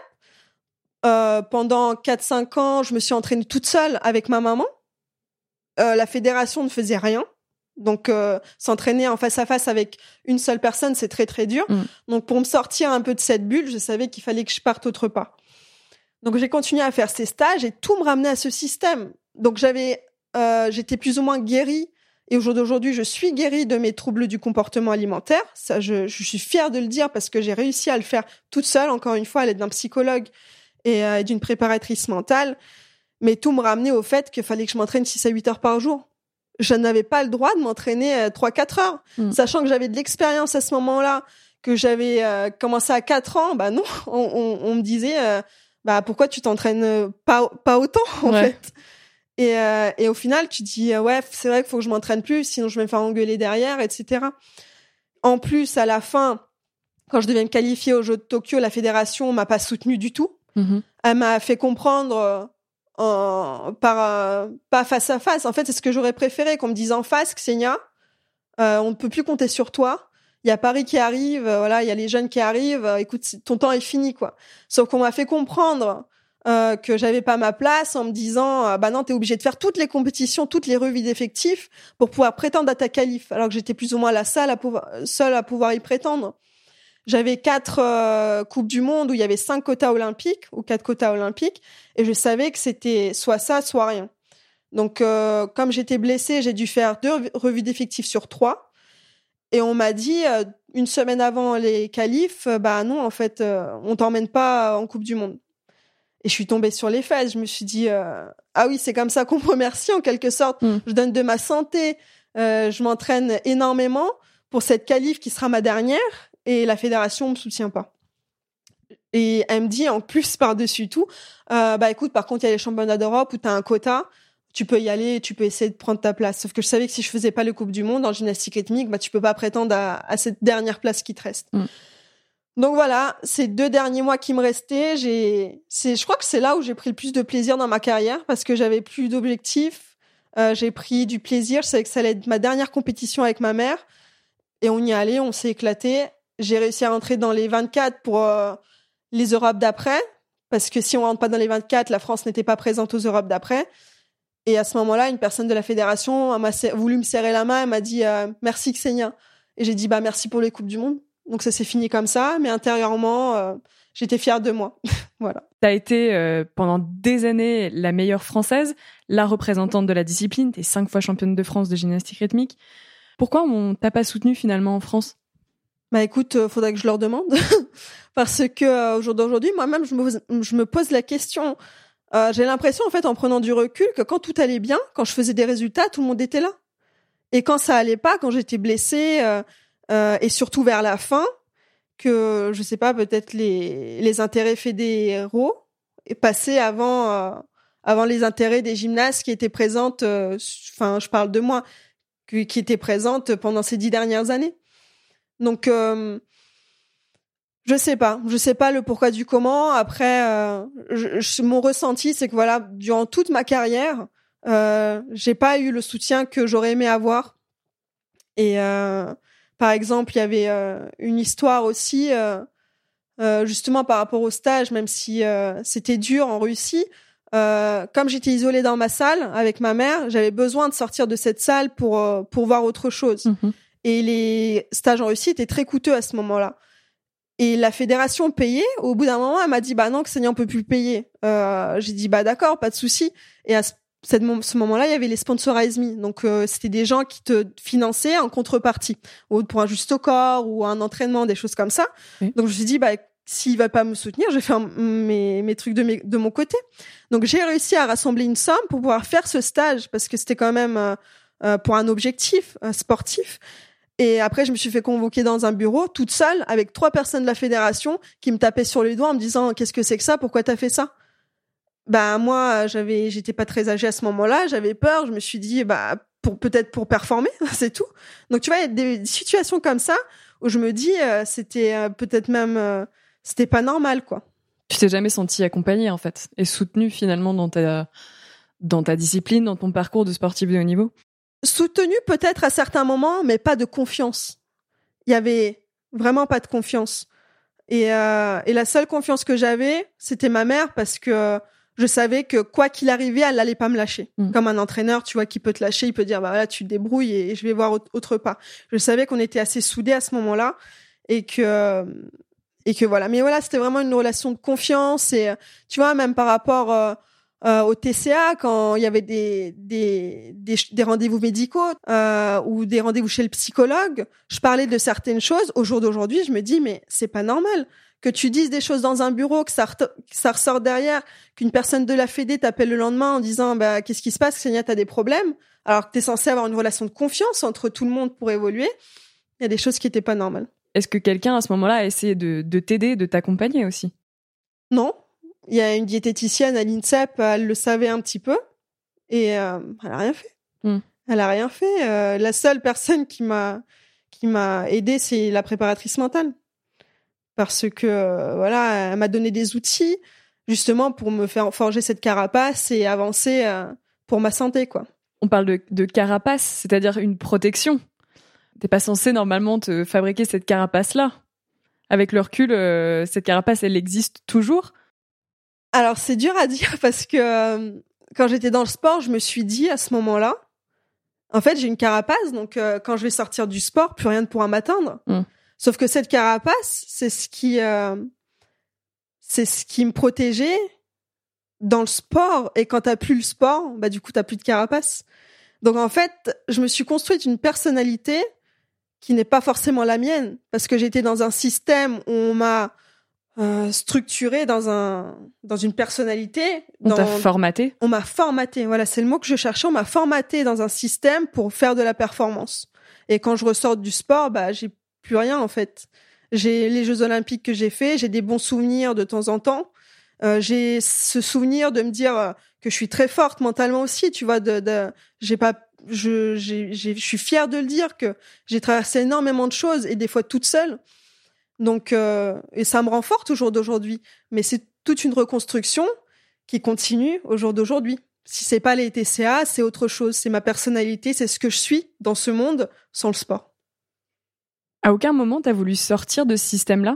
Euh, pendant quatre cinq ans, je me suis entraînée toute seule avec ma maman. Euh, la fédération ne faisait rien. Donc, euh, s'entraîner en face à face avec une seule personne, c'est très, très dur. Mm. Donc, pour me sortir un peu de cette bulle, je savais qu'il fallait que je parte autre part. Donc, j'ai continué à faire ces stages et tout me ramenait à ce système. Donc, j'avais, euh, j'étais plus ou moins guérie. Et au jour d'aujourd'hui, je suis guérie de mes troubles du comportement alimentaire. Ça, je, je suis fière de le dire parce que j'ai réussi à le faire toute seule, encore une fois, à l'aide d'un psychologue et euh, d'une préparatrice mentale. Mais tout me ramenait au fait qu'il fallait que je m'entraîne six à huit heures par jour. Je n'avais pas le droit de m'entraîner euh, trois à quatre heures. Mmh. Sachant que j'avais de l'expérience à ce moment-là, que j'avais euh, commencé à quatre ans, bah non, on, on, on me disait, euh, bah pourquoi tu t'entraînes pas, pas autant, en ouais. fait. Et, euh, et au final, tu dis, euh, ouais, c'est vrai qu'il faut que je m'entraîne plus, sinon je vais me faire engueuler derrière, et cetera. En plus, à la fin, quand je devais me qualifier aux Jeux de Tokyo, la fédération m'a pas soutenue du tout. Mmh. Elle m'a fait comprendre euh, en, par euh, pas face à face. En fait, c'est ce que j'aurais préféré qu'on me dise en face, Ksenia, euh, on ne peut plus compter sur toi. Il y a Paris qui arrive, euh, voilà, il y a les jeunes qui arrivent. Euh, écoute, ton temps est fini, quoi. Sauf qu'on m'a fait comprendre euh, que j'avais pas ma place en me disant, euh, bah non, t'es obligé de faire toutes les compétitions, toutes les revues d'effectifs pour pouvoir prétendre à ta qualif. Alors que j'étais plus ou moins la seule à pouvoir, seule à pouvoir y prétendre. J'avais quatre euh, coupes du monde où il y avait cinq quotas olympiques ou quatre quotas olympiques et je savais que c'était soit ça, soit rien. Donc, euh, comme j'étais blessée, j'ai dû faire deux revues d'effectifs sur trois. Et on m'a dit, euh, une semaine avant les qualifs, euh, bah non, en fait, euh, on t'emmène pas en Coupe du Monde. Et je suis tombée sur les fesses. Je me suis dit, euh, ah oui, c'est comme ça qu'on me remercie en quelque sorte. Mm. Je donne de ma santé, euh, je m'entraîne énormément pour cette qualif qui sera ma dernière. Et la fédération me soutient pas. Et elle me dit en plus par-dessus tout, euh, bah écoute, par contre il y a les championnats d'Europe où t'as un quota, tu peux y aller, tu peux essayer de prendre ta place. Sauf que je savais que si je faisais pas le Coupe du Monde en gymnastique rythmique, bah tu peux pas prétendre à, à cette dernière place qui te reste. Mm. Donc voilà, ces deux derniers mois qui me restaient, j'ai, c'est, je crois que c'est là où j'ai pris le plus de plaisir dans ma carrière parce que j'avais plus d'objectifs, euh, j'ai pris du plaisir. Je savais que ça allait être ma dernière compétition avec ma mère et on y allait, on s'est éclaté. J'ai réussi à rentrer dans les vingt-quatre pour euh, les Europes d'après, parce que si on rentre pas dans les vingt-quatre, la France n'était pas présente aux Europes d'après. Et à ce moment-là, une personne de la fédération m'a voulu me serrer la main, elle m'a dit euh, « Merci Ksenia ». Et j'ai dit bah, « Merci pour les Coupes du Monde ». Donc ça s'est fini comme ça, mais intérieurement, euh, j'étais fière de moi. Voilà. Tu as été euh, pendant des années la meilleure française, la représentante de la discipline, t'es cinq fois championne de France de gymnastique rythmique. Pourquoi on t'a pas soutenue finalement en France ? Bah écoute, euh, faudrait que je leur demande parce que euh, au jour d'aujourd'hui, moi-même, je me pose, je me pose la question. Euh, j'ai l'impression, en fait, en prenant du recul, que quand tout allait bien, quand je faisais des résultats, tout le monde était là. Et quand ça allait pas, quand j'étais blessée, euh, euh, et surtout vers la fin, que je sais pas, peut-être les les intérêts fédéraux passaient avant euh, avant les intérêts des gymnastes qui étaient présentes. Enfin, euh, je parle de moi, qui, qui étaient présentes pendant ces dix dernières années. Donc, euh, je sais pas, je sais pas le pourquoi du comment. Après, euh, je, je, mon ressenti, c'est que voilà, durant toute ma carrière, euh, j'ai pas eu le soutien que j'aurais aimé avoir. Et euh, par exemple, il y avait euh, une histoire aussi, euh, euh, justement par rapport au stage, même si euh, c'était dur en Russie. Euh, comme j'étais isolée dans ma salle avec ma mère, j'avais besoin de sortir de cette salle pour euh, pour voir autre chose. Mmh. Et les stages en Russie étaient très coûteux à ce moment-là. Et la fédération payait. Au bout d'un moment, elle m'a dit, bah non, Ksenia, on peut plus payer. Euh, j'ai dit, bah d'accord, pas de souci. Et à ce, cette, ce moment-là, il y avait les Sponsorize Me. Donc, euh, c'était des gens qui te finançaient en contrepartie, ou pour un juste au corps, ou un entraînement, des choses comme ça. Oui. Donc, je me suis dit, bah, s'il va pas me soutenir, je vais faire mes, mes trucs de, mes, de mon côté. Donc, j'ai réussi à rassembler une somme pour pouvoir faire ce stage, parce que c'était quand même euh, euh, pour un objectif euh, sportif. Et après, je me suis fait convoquer dans un bureau, toute seule, avec trois personnes de la fédération qui me tapaient sur les doigts en me disant « Qu'est-ce que c'est que ça ? Pourquoi t'as fait ça ?» Bah moi, j'avais, j'étais pas très âgée à ce moment-là, j'avais peur. Je me suis dit bah pour peut-être pour performer, c'est tout. Donc tu vois, il y a des situations comme ça où je me dis euh, c'était euh, peut-être même euh, c'était pas normal quoi. Tu t'es jamais sentie accompagnée en fait et soutenue finalement dans ta dans ta discipline, dans ton parcours de sportif de haut niveau? Soutenue peut-être à certains moments, mais pas de confiance. Il y avait vraiment pas de confiance. Et euh, et la seule confiance que j'avais, c'était ma mère parce que je savais que quoi qu'il arrivait, elle allait pas me lâcher. Mmh. Comme un entraîneur, tu vois, qui peut te lâcher, il peut dire, bah voilà, tu te débrouilles et je vais voir autre part. Je savais qu'on était assez soudés à ce moment-là et que, et que voilà. Mais voilà, c'était vraiment une relation de confiance et, tu vois, même par rapport euh, euh, au T C A, quand il y avait des, des, des, des rendez-vous médicaux euh, ou des rendez-vous chez le psychologue, je parlais de certaines choses. Au jour d'aujourd'hui, je me dis, mais c'est pas normal. Que tu dises des choses dans un bureau, que ça, re- que ça ressort derrière, qu'une personne de la Fédé t'appelle le lendemain en disant bah, « Qu'est-ce qui se passe, Xenia, t'as des problèmes ?» Alors que t'es censé avoir une relation de confiance entre tout le monde pour évoluer. Il y a des choses qui étaient pas normales. Est-ce que quelqu'un, à ce moment-là, a essayé de, de t'aider, de t'accompagner aussi? Non. Il y a une diététicienne à l'INSEP, elle le savait un petit peu. Et euh, elle a rien fait. Mm. Elle a rien fait. Euh, la seule personne qui m'a, qui m'a aidée, c'est la préparatrice mentale. Parce que euh, voilà, elle m'a donné des outils justement pour me faire forger cette carapace et avancer euh, pour ma santé quoi. On parle de, de carapace, c'est-à-dire une protection. T'es pas censé normalement te fabriquer cette carapace-là. Avec le recul, euh, cette carapace, elle existe toujours? Alors c'est dur à dire parce que euh, quand j'étais dans le sport, je me suis dit à ce moment-là, en fait j'ai une carapace, donc euh, quand je vais sortir du sport, plus rien ne pourra m'atteindre. Mmh. Sauf que cette carapace, c'est ce qui, euh, c'est ce qui me protégeait dans le sport. Et quand t'as plus le sport, bah du coup t'as plus de carapace. Donc en fait, je me suis construite une personnalité qui n'est pas forcément la mienne, parce que j'étais dans un système où on m'a euh, structurée dans un, dans une personnalité. On dans, t'a formaté. On m'a formaté. Voilà, c'est le mot que je cherchais. On m'a formaté dans un système pour faire de la performance. Et quand je ressors du sport, bah j'ai plus rien en fait. J'ai les Jeux Olympiques que j'ai fait, j'ai des bons souvenirs de temps en temps. Euh, j'ai ce souvenir de me dire euh, que je suis très forte mentalement aussi, tu vois. De, de j'ai pas, je, j'ai, j'ai, je suis fière de le dire que j'ai traversé énormément de choses et des fois toute seule. Donc euh, et ça me rend forte au jour d'aujourd'hui. Mais c'est toute une reconstruction qui continue au jour d'aujourd'hui. Si c'est pas les T C A, c'est autre chose. C'est ma personnalité, c'est ce que je suis dans ce monde sans le sport. À aucun moment, t'as voulu sortir de ce système-là?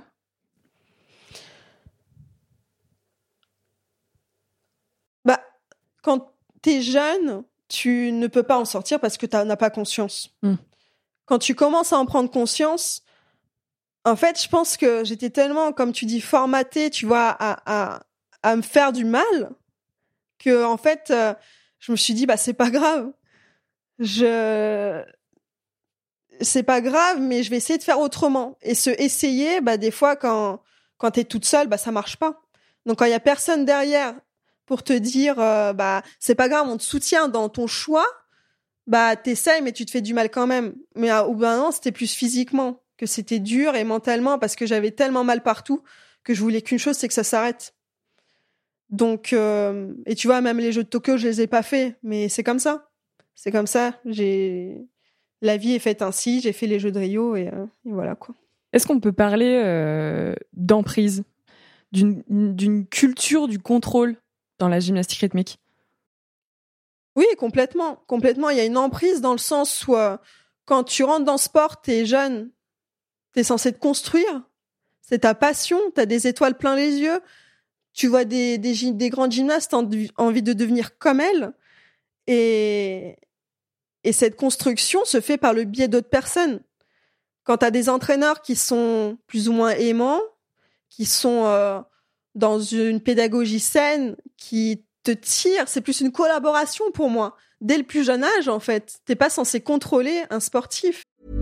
Bah, quand t'es jeune, tu ne peux pas en sortir parce que t'en as pas conscience. Mm. Quand tu commences à en prendre conscience, en fait, je pense que j'étais tellement, comme tu dis, formatée, tu vois, à, à, à me faire du mal, que, en fait, euh, je me suis dit, bah, c'est pas grave. Je... c'est pas grave, mais je vais essayer de faire autrement. Et se essayer, bah, des fois, quand, quand t'es toute seule, bah, ça marche pas. Donc, quand il y a personne derrière pour te dire, euh, bah, c'est pas grave, on te soutient dans ton choix, bah, t'essayes, mais tu te fais du mal quand même. Mais, euh, ou ben non, c'était plus physiquement, que c'était dur et mentalement, parce que j'avais tellement mal partout que je voulais qu'une chose, c'est que ça s'arrête. Donc, euh, et tu vois, même les Jeux de Tokyo, je les ai pas faits, mais c'est comme ça. C'est comme ça. J'ai, la vie est faite ainsi. J'ai fait les Jeux de Rio et, euh, et voilà quoi. Est-ce qu'on peut parler euh, d'emprise, d'une, d'une culture du contrôle dans la gymnastique rythmique? Oui, complètement, complètement. Il y a une emprise dans le sens où euh, quand tu rentres dans le sport, t'es jeune, t'es censé te construire. C'est ta passion. T'as des étoiles plein les yeux. Tu vois des des, des grandes gymnastes, t'as envie de devenir comme elles. Et et cette construction se fait par le biais d'autres personnes. Quand t'as des entraîneurs qui sont plus ou moins aimants, qui sont euh, dans une pédagogie saine, qui te tire, c'est plus une collaboration pour moi. Dès le plus jeune âge, en fait, t'es pas censé contrôler un sportif.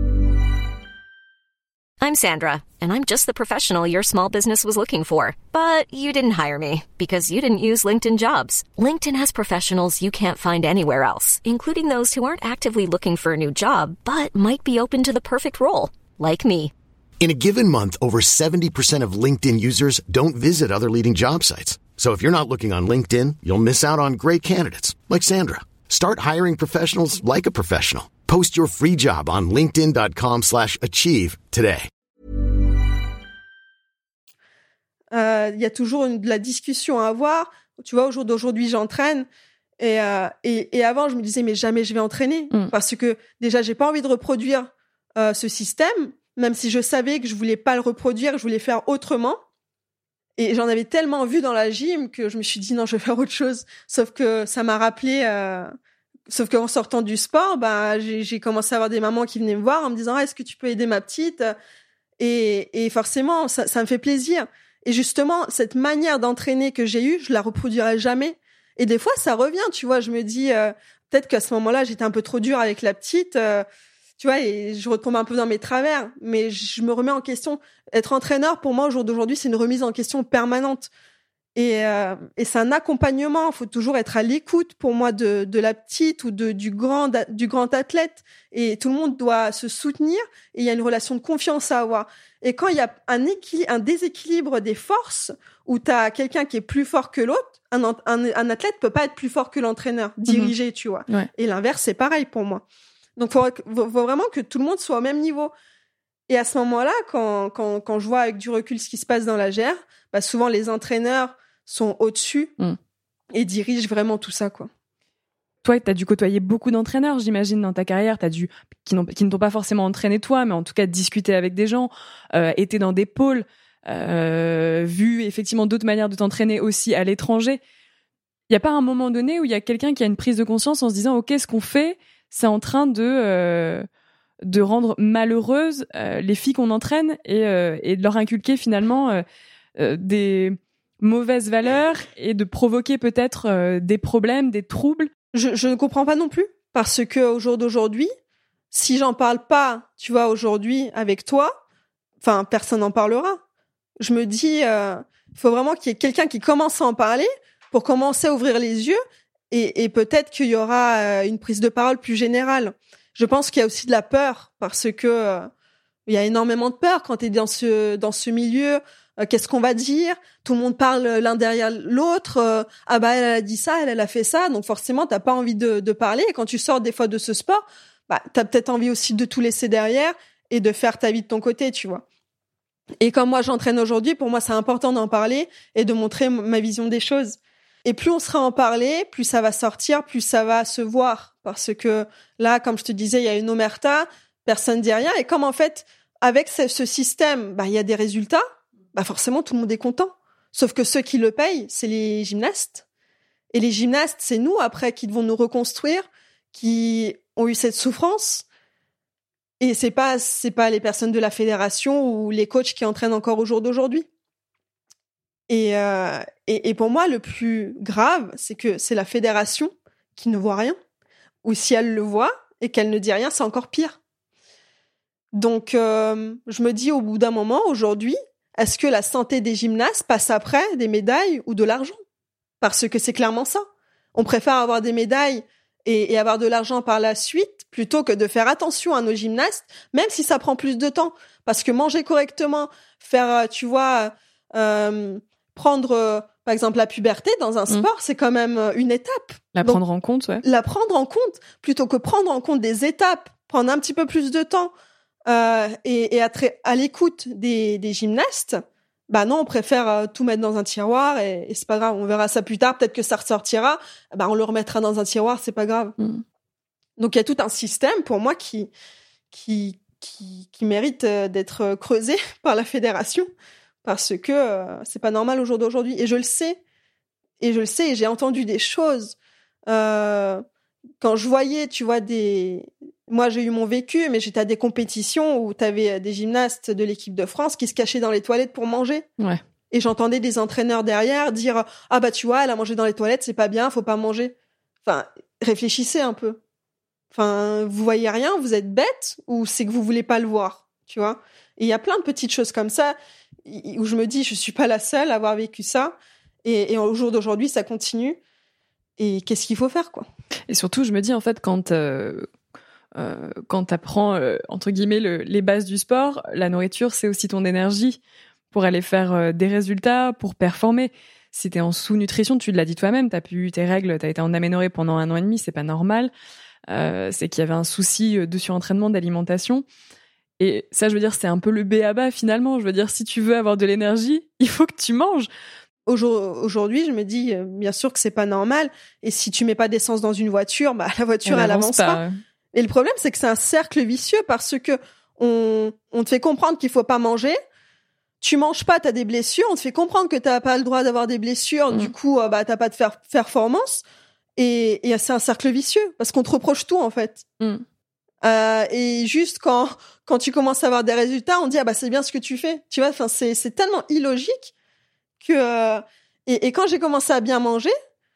I'm Sandra, and I'm just the professional your small business was looking for. But you didn't hire me because you didn't use LinkedIn Jobs. LinkedIn has professionals you can't find anywhere else, including those who aren't actively looking for a new job, but might be open to the perfect role, like me. In a given month, over seventy percent of LinkedIn users don't visit other leading job sites. So if you're not looking on LinkedIn, you'll miss out on great candidates, like Sandra. Start hiring professionals like a professional. Post your free job on linkedin.com slash achieve today. Il euh, y a toujours une, de la discussion à avoir. Tu vois, au jour d'aujourd'hui, j'entraîne. Et, euh, et, et avant, je me disais, mais jamais je vais entraîner. Mm. Parce que déjà, j'ai pas envie de reproduire euh, ce système, même si je savais que je voulais pas le reproduire, je voulais faire autrement. Et j'en avais tellement vu dans la gym que je me suis dit, non, je vais faire autre chose. Sauf que ça m'a rappelé... Euh, sauf qu'en sortant du sport, bah, j'ai, j'ai commencé à avoir des mamans qui venaient me voir en me disant, ah, est-ce que tu peux aider ma petite ? Et, et forcément, ça, ça me fait plaisir. Et justement, cette manière d'entraîner que j'ai eue, je la reproduirai jamais. Et des fois, ça revient, tu vois. Je me dis, euh, peut-être qu'à ce moment-là, j'étais un peu trop dure avec la petite, euh, tu vois, et je retombe un peu dans mes travers. Mais je me remets en question. Être entraîneur, pour moi, au jour d'aujourd'hui, c'est une remise en question permanente. Et, euh, et c'est un accompagnement. Il faut toujours être à l'écoute, pour moi, de, de la petite ou de, du grand, du grand athlète. Et tout le monde doit se soutenir. Et il y a une relation de confiance à avoir. Et quand il y a un, équil- un déséquilibre des forces, où tu as quelqu'un qui est plus fort que l'autre, un, un, un athlète peut pas être plus fort que l'entraîneur, dirigé, mmh. tu vois. Ouais. Et l'inverse, c'est pareil pour moi. Donc, il faut, faut, faut vraiment que tout le monde soit au même niveau. Et à ce moment-là, quand, quand, quand je vois avec du recul ce qui se passe dans la G R, bah souvent les entraîneurs sont au-dessus mmh. et dirigent vraiment tout ça, quoi. Toi, tu as dû côtoyer beaucoup d'entraîneurs, j'imagine, dans ta carrière, t'as dû, qui, n'ont, qui ne t'ont pas forcément entraîné toi, mais en tout cas discuter avec des gens, euh, été dans des pôles, euh, vu effectivement d'autres manières de t'entraîner aussi à l'étranger. Il n'y a pas un moment donné où il y a quelqu'un qui a une prise de conscience en se disant « Ok, ce qu'on fait, c'est en train de, euh, de rendre malheureuses euh, les filles qu'on entraîne et, euh, et de leur inculquer finalement euh, euh, des mauvaises valeurs et de provoquer peut-être euh, des problèmes, des troubles. » Je, je ne comprends pas non plus, parce que au jour d'aujourd'hui, si j'en parle pas, tu vois, aujourd'hui avec toi, enfin, personne n'en parlera. Je me dis, euh, il faut vraiment qu'il y ait quelqu'un qui commence à en parler pour commencer à ouvrir les yeux et, et peut-être qu'il y aura euh, une prise de parole plus générale. Je pense qu'il y a aussi de la peur, parce que euh, il y a énormément de peur quand tu es dans ce dans ce milieu. Euh, qu'est-ce qu'on va dire ? Tout le monde parle l'un derrière l'autre. Euh, ah bah elle a dit ça, elle, elle a fait ça. Donc forcément, t'as pas envie de, de parler. Et quand tu sors des fois de ce sport, bah t'as peut-être envie aussi de tout laisser derrière et de faire ta vie de ton côté, tu vois. Et comme moi j'entraîne aujourd'hui, pour moi c'est important d'en parler et de montrer ma vision des choses. Et plus on sera en parler, plus ça va sortir, plus ça va se voir. Parce que là, comme je te disais, il y a une omerta, personne dit rien. Et comme en fait, avec ce, ce système, bah il y a des résultats. Bah forcément, tout le monde est content. Sauf que ceux qui le payent, c'est les gymnastes. Et les gymnastes, c'est nous, après, qui devons nous reconstruire, qui ont eu cette souffrance. Et c'est pas, c'est pas les personnes de la fédération ou les coachs qui entraînent encore au jour d'aujourd'hui. Et, euh, et, et pour moi, le plus grave, c'est que c'est la fédération qui ne voit rien. Ou si elle le voit et qu'elle ne dit rien, c'est encore pire. Donc, euh, je me dis au bout d'un moment, aujourd'hui, est-ce que la santé des gymnastes passe après des médailles ou de l'argent ? Parce que c'est clairement ça. On préfère avoir des médailles et, et avoir de l'argent par la suite plutôt que de faire attention à nos gymnastes, même si ça prend plus de temps. Parce que manger correctement, faire, tu vois, euh, prendre, euh, par exemple, la puberté dans un sport, mmh. c'est quand même une étape. La Donc, prendre en compte, ouais. La prendre en compte, plutôt que prendre en compte des étapes, prendre un petit peu plus de temps, Euh, et, et être à l'écoute des, des gymnastes, bah non, on préfère euh, tout mettre dans un tiroir et, et c'est pas grave, on verra ça plus tard, peut-être que ça ressortira, bah on le remettra dans un tiroir, c'est pas grave. Mm. Donc il y a tout un système pour moi qui qui qui, qui mérite euh, d'être creusé par la fédération, parce que euh, c'est pas normal au jour d'aujourd'hui. Et je le sais, et je le sais, et j'ai entendu des choses. Euh, quand je voyais, tu vois, des Moi, j'ai eu mon vécu, mais j'étais à des compétitions où t'avais des gymnastes de l'équipe de France qui se cachaient dans les toilettes pour manger. Ouais. Et j'entendais des entraîneurs derrière dire « Ah bah tu vois, elle a mangé dans les toilettes, c'est pas bien, faut pas manger. » Enfin, réfléchissez un peu. Enfin, vous voyez rien, vous êtes bête ou c'est que vous voulez pas le voir, tu vois. Et il y a plein de petites choses comme ça où je me dis, je suis pas la seule à avoir vécu ça. Et, et au jour d'aujourd'hui, ça continue. Et qu'est-ce qu'il faut faire, quoi? Et surtout, je me dis, en fait, quand, euh, euh, quand t'apprends, euh, entre guillemets, le, les bases du sport, la nourriture, c'est aussi ton énergie pour aller faire euh, des résultats, pour performer. Si t'es en sous-nutrition, tu l'as dit toi-même, t'as pu tes règles, t'as été en aménorrhée pendant un an et demi, c'est pas normal. Euh, c'est qu'il y avait un souci de surentraînement, d'alimentation. Et ça, je veux dire, c'est un peu le b a ba finalement. Je veux dire, si tu veux avoir de l'énergie, il faut que tu manges. Aujourd'hui, je me dis, bien sûr que c'est pas normal. Et si tu mets pas d'essence dans une voiture, bah, la voiture, elle, elle avance pas. pas. Et le problème, c'est que c'est un cercle vicieux parce que on, on te fait comprendre qu'il faut pas manger. Tu manges pas, t'as des blessures. On te fait comprendre que t'as pas le droit d'avoir des blessures. Mmh. Du coup, bah, t'as pas de faire, performance. Et, et c'est un cercle vicieux parce qu'on te reproche tout, en fait. Mmh. Euh, et juste quand, quand tu commences à avoir des résultats, on dit, ah bah, c'est bien ce que tu fais. Tu vois, enfin, c'est, c'est tellement illogique que, euh, et, et quand j'ai commencé à bien manger,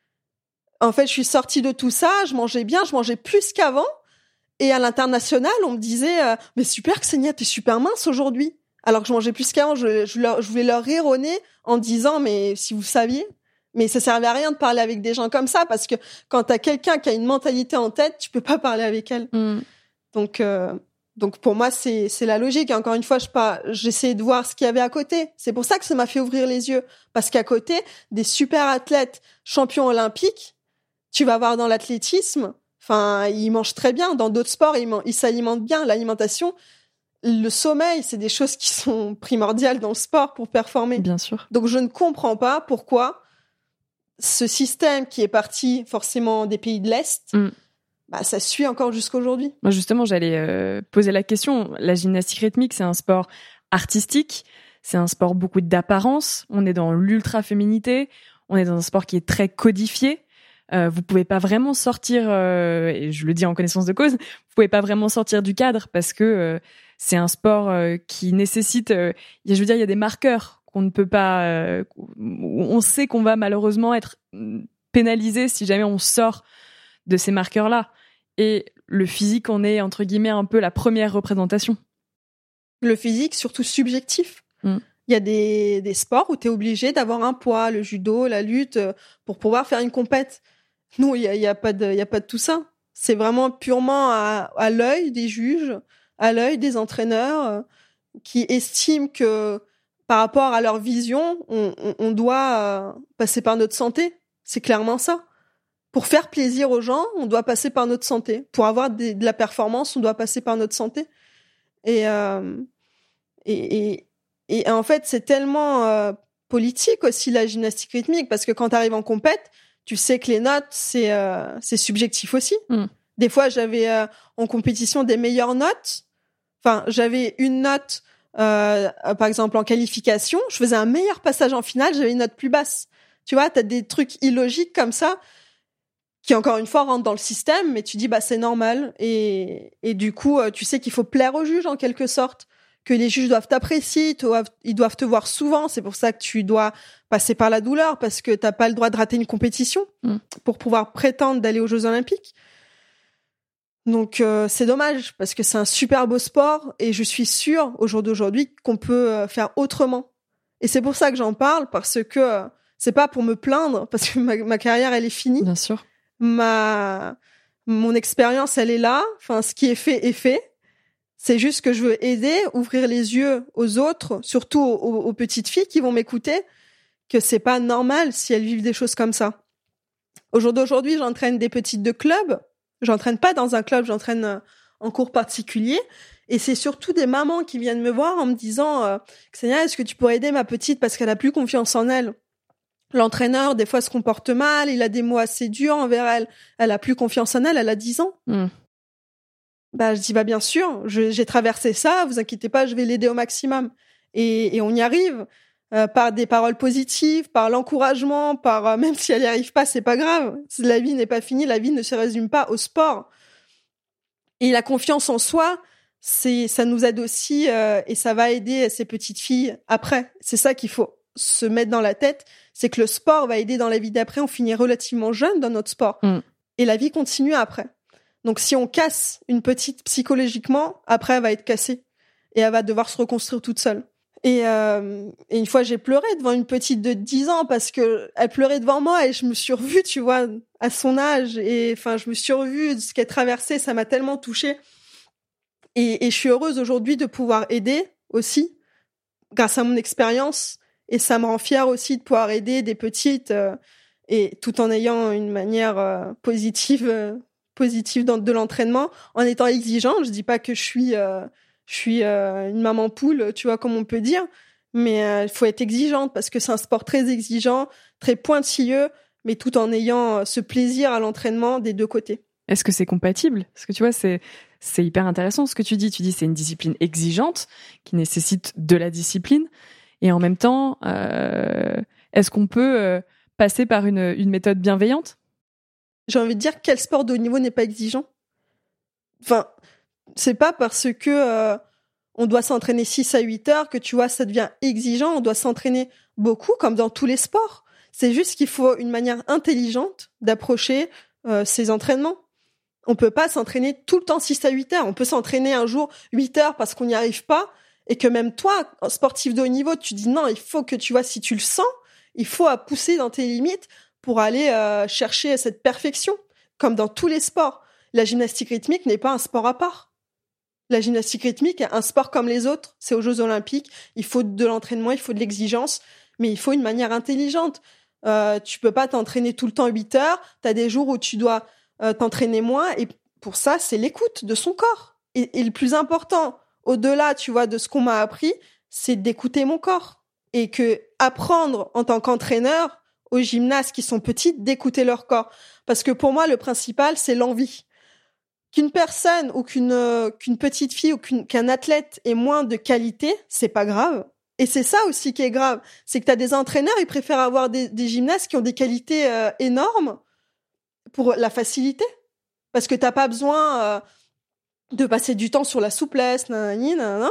en fait, je suis sortie de tout ça, je mangeais bien, je mangeais plus qu'avant. Et à l'international, on me disait, euh, mais super, Ksenia, t'es super mince aujourd'hui. Alors que je mangeais plus qu'avant, je, je, leur, je voulais leur rire au nez en disant, mais si vous saviez. Mais ça servait à rien de parler avec des gens comme ça parce que quand t'as quelqu'un qui a une mentalité en tête, tu peux pas parler avec elle. Mm. Donc, euh, donc pour moi, c'est, c'est la logique. Et encore une fois, je pas, j'essayais de voir ce qu'il y avait à côté. C'est pour ça que ça m'a fait ouvrir les yeux. Parce qu'à côté, des super athlètes champions olympiques, tu vas voir dans l'athlétisme, enfin, ils mangent très bien. Dans d'autres sports, ils, man- ils s'alimentent bien. L'alimentation, le sommeil, c'est des choses qui sont primordiales dans le sport pour performer. Bien sûr. Donc, je ne comprends pas pourquoi ce système qui est parti forcément des pays de l'Est, mm. bah, ça suit encore jusqu'aujourd'hui. Moi, justement, j'allais euh, poser la question. La gymnastique rythmique, c'est un sport artistique, c'est un sport beaucoup d'apparence. On est dans l'ultra-féminité, on est dans un sport qui est très codifié. Euh, vous pouvez pas vraiment sortir, euh, et je le dis en connaissance de cause, vous pouvez pas vraiment sortir du cadre parce que euh, c'est un sport euh, qui nécessite, euh, je veux dire, il y a des marqueurs qu'on ne peut pas, euh, on sait qu'on va malheureusement être pénalisé si jamais on sort de ces marqueurs-là. Et le physique en est, entre guillemets, un peu la première représentation. Le physique, surtout subjectif. Mm. Il y a des, des sports où tu es obligé d'avoir un poids, le judo, la lutte, pour pouvoir faire une compète. Nous, il y a, y a pas de, y a pas de tout ça. C'est vraiment purement à, à l'œil des juges, à l'œil des entraîneurs euh, qui estiment que par rapport à leur vision, on, on, on doit euh, passer par notre santé. C'est clairement ça. Pour faire plaisir aux gens, on doit passer par notre santé. Pour avoir des, de la performance, on doit passer par notre santé. Et, euh, et, et, et en fait, c'est tellement euh, politique aussi la gymnastique rythmique parce que quand tu arrives en compète, tu sais que les notes, c'est, euh, c'est subjectif aussi. Mm. Des fois, j'avais euh, en compétition des meilleures notes. Enfin, j'avais une note... Euh, par exemple en qualification, je faisais un meilleur passage en finale, j'avais une note plus basse. Tu vois, t'as des trucs illogiques comme ça qui encore une fois rentrent dans le système, mais tu dis bah c'est normal et et du coup tu sais qu'il faut plaire aux juges en quelque sorte, que les juges doivent t'apprécier, doivent, ils doivent te voir souvent. C'est pour ça que tu dois passer par la douleur parce que t'as pas le droit de rater une compétition mmh. pour pouvoir prétendre d'aller aux Jeux Olympiques. Donc euh, c'est dommage parce que c'est un super beau sport et je suis sûre au jour d'aujourd'hui qu'on peut euh, faire autrement. Et c'est pour ça que j'en parle parce que euh, c'est pas pour me plaindre parce que ma, ma carrière elle est finie. Bien sûr. Ma mon expérience elle est là. Enfin ce qui est fait est fait. C'est juste que je veux aider, ouvrir les yeux aux autres, surtout aux, aux petites filles qui vont m'écouter, que c'est pas normal si elles vivent des choses comme ça. Au jour d'aujourd'hui, j'entraîne des petites de club. J'entraîne pas dans un club, j'entraîne en cours particulier. Et c'est surtout des mamans qui viennent me voir en me disant euh, « Ksenia, est-ce que tu pourrais aider ma petite parce qu'elle a plus confiance en elle ?» L'entraîneur, des fois, se comporte mal, il a des mots assez durs envers elle. Elle a plus confiance en elle, elle a dix ans. Mm. Bah, je dis « Bah, bien sûr, je, j'ai traversé ça, vous inquiétez pas, je vais l'aider au maximum. » Et, et on y arrive. Euh, par des paroles positives, par l'encouragement, par euh, même si elle n'y arrive pas, c'est pas grave. La vie n'est pas finie, la vie ne se résume pas au sport. Et la confiance en soi, c'est ça nous aide aussi euh, et ça va aider ces petites filles après. C'est ça qu'il faut. se mettre dans la tête, c'est que le sport va aider dans la vie d'après. On finit relativement jeune dans notre sport. Mm. Et la vie continue après. Donc, si on casse une petite psychologiquement, après, elle va être cassée. Et elle va devoir se reconstruire toute seule. Et, euh, et une fois, j'ai pleuré devant une petite de dix ans parce que elle pleurait devant moi et je me suis revue, tu vois, à son âge. Et enfin, je me suis revue de ce qu'elle traversait. Ça m'a tellement touchée. Et, et je suis heureuse aujourd'hui de pouvoir aider aussi, grâce à mon expérience. Et ça me rend fière aussi de pouvoir aider des petites, euh, et tout en ayant une manière euh, positive, euh, positive dans, de l'entraînement, en étant exigeant. Je dis pas que je suis... Euh, Je suis euh, une maman poule, tu vois, comme on peut dire. Mais il euh, faut être exigeante parce que c'est un sport très exigeant, très pointilleux, mais tout en ayant euh, ce plaisir à l'entraînement des deux côtés. Est-ce que c'est compatible ? Parce que tu vois, c'est, c'est hyper intéressant ce que tu dis. Tu dis c'est une discipline exigeante qui nécessite de la discipline. Et en même temps, euh, est-ce qu'on peut euh, passer par une, une méthode bienveillante ? J'ai envie de dire, quel sport de haut niveau n'est pas exigeant ? Enfin... C'est pas parce que euh, on doit s'entraîner six à huit heures que, tu vois, ça devient exigeant. On doit s'entraîner beaucoup, comme dans tous les sports. C'est juste qu'il faut une manière intelligente d'approcher euh, ces entraînements. On peut pas s'entraîner tout le temps six à huit heures. On peut s'entraîner un jour huit heures parce qu'on n'y arrive pas et que même toi, sportif de haut niveau, tu dis non, il faut que, tu vois, si tu le sens, il faut pousser dans tes limites pour aller euh, chercher cette perfection, comme dans tous les sports. La gymnastique rythmique n'est pas un sport à part. La gymnastique rythmique est un sport comme les autres. C'est aux Jeux Olympiques. Il faut de l'entraînement, il faut de l'exigence, mais il faut une manière intelligente. Euh, tu peux pas t'entraîner tout le temps huit heures. T'as des jours où tu dois euh, t'entraîner moins. Et pour ça, c'est l'écoute de son corps. Et, et le plus important, au-delà, tu vois, de ce qu'on m'a appris, c'est d'écouter mon corps. Et que apprendre en tant qu'entraîneur aux gymnastes qui sont petites d'écouter leur corps. Parce que pour moi, le principal, c'est l'envie. Qu'une personne ou qu'une, euh, qu'une petite fille ou qu'une, qu'un athlète ait moins de qualité, c'est pas grave. Et c'est ça aussi qui est grave. C'est que t'as des entraîneurs, ils préfèrent avoir des, des gymnastes qui ont des qualités euh, énormes pour la facilité. Parce que t'as pas besoin euh, de passer du temps sur la souplesse, nanani, nanana.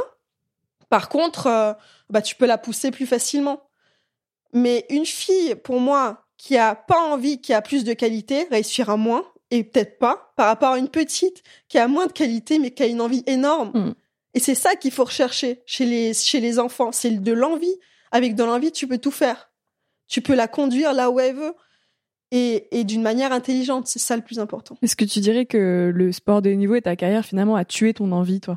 Par contre, euh, bah, tu peux la pousser plus facilement. Mais une fille, pour moi, qui a pas envie, qui a plus de qualité, réussira moins. Et peut-être pas, par rapport à une petite qui a moins de qualité, mais qui a une envie énorme. Mmh. Et c'est ça qu'il faut rechercher chez les, chez les enfants. C'est de l'envie. Avec de l'envie, tu peux tout faire. Tu peux la conduire là où elle veut. Et, et d'une manière intelligente. C'est ça le plus important. Est-ce que tu dirais que le sport de haut niveau et ta carrière, finalement, a tué ton envie, toi ?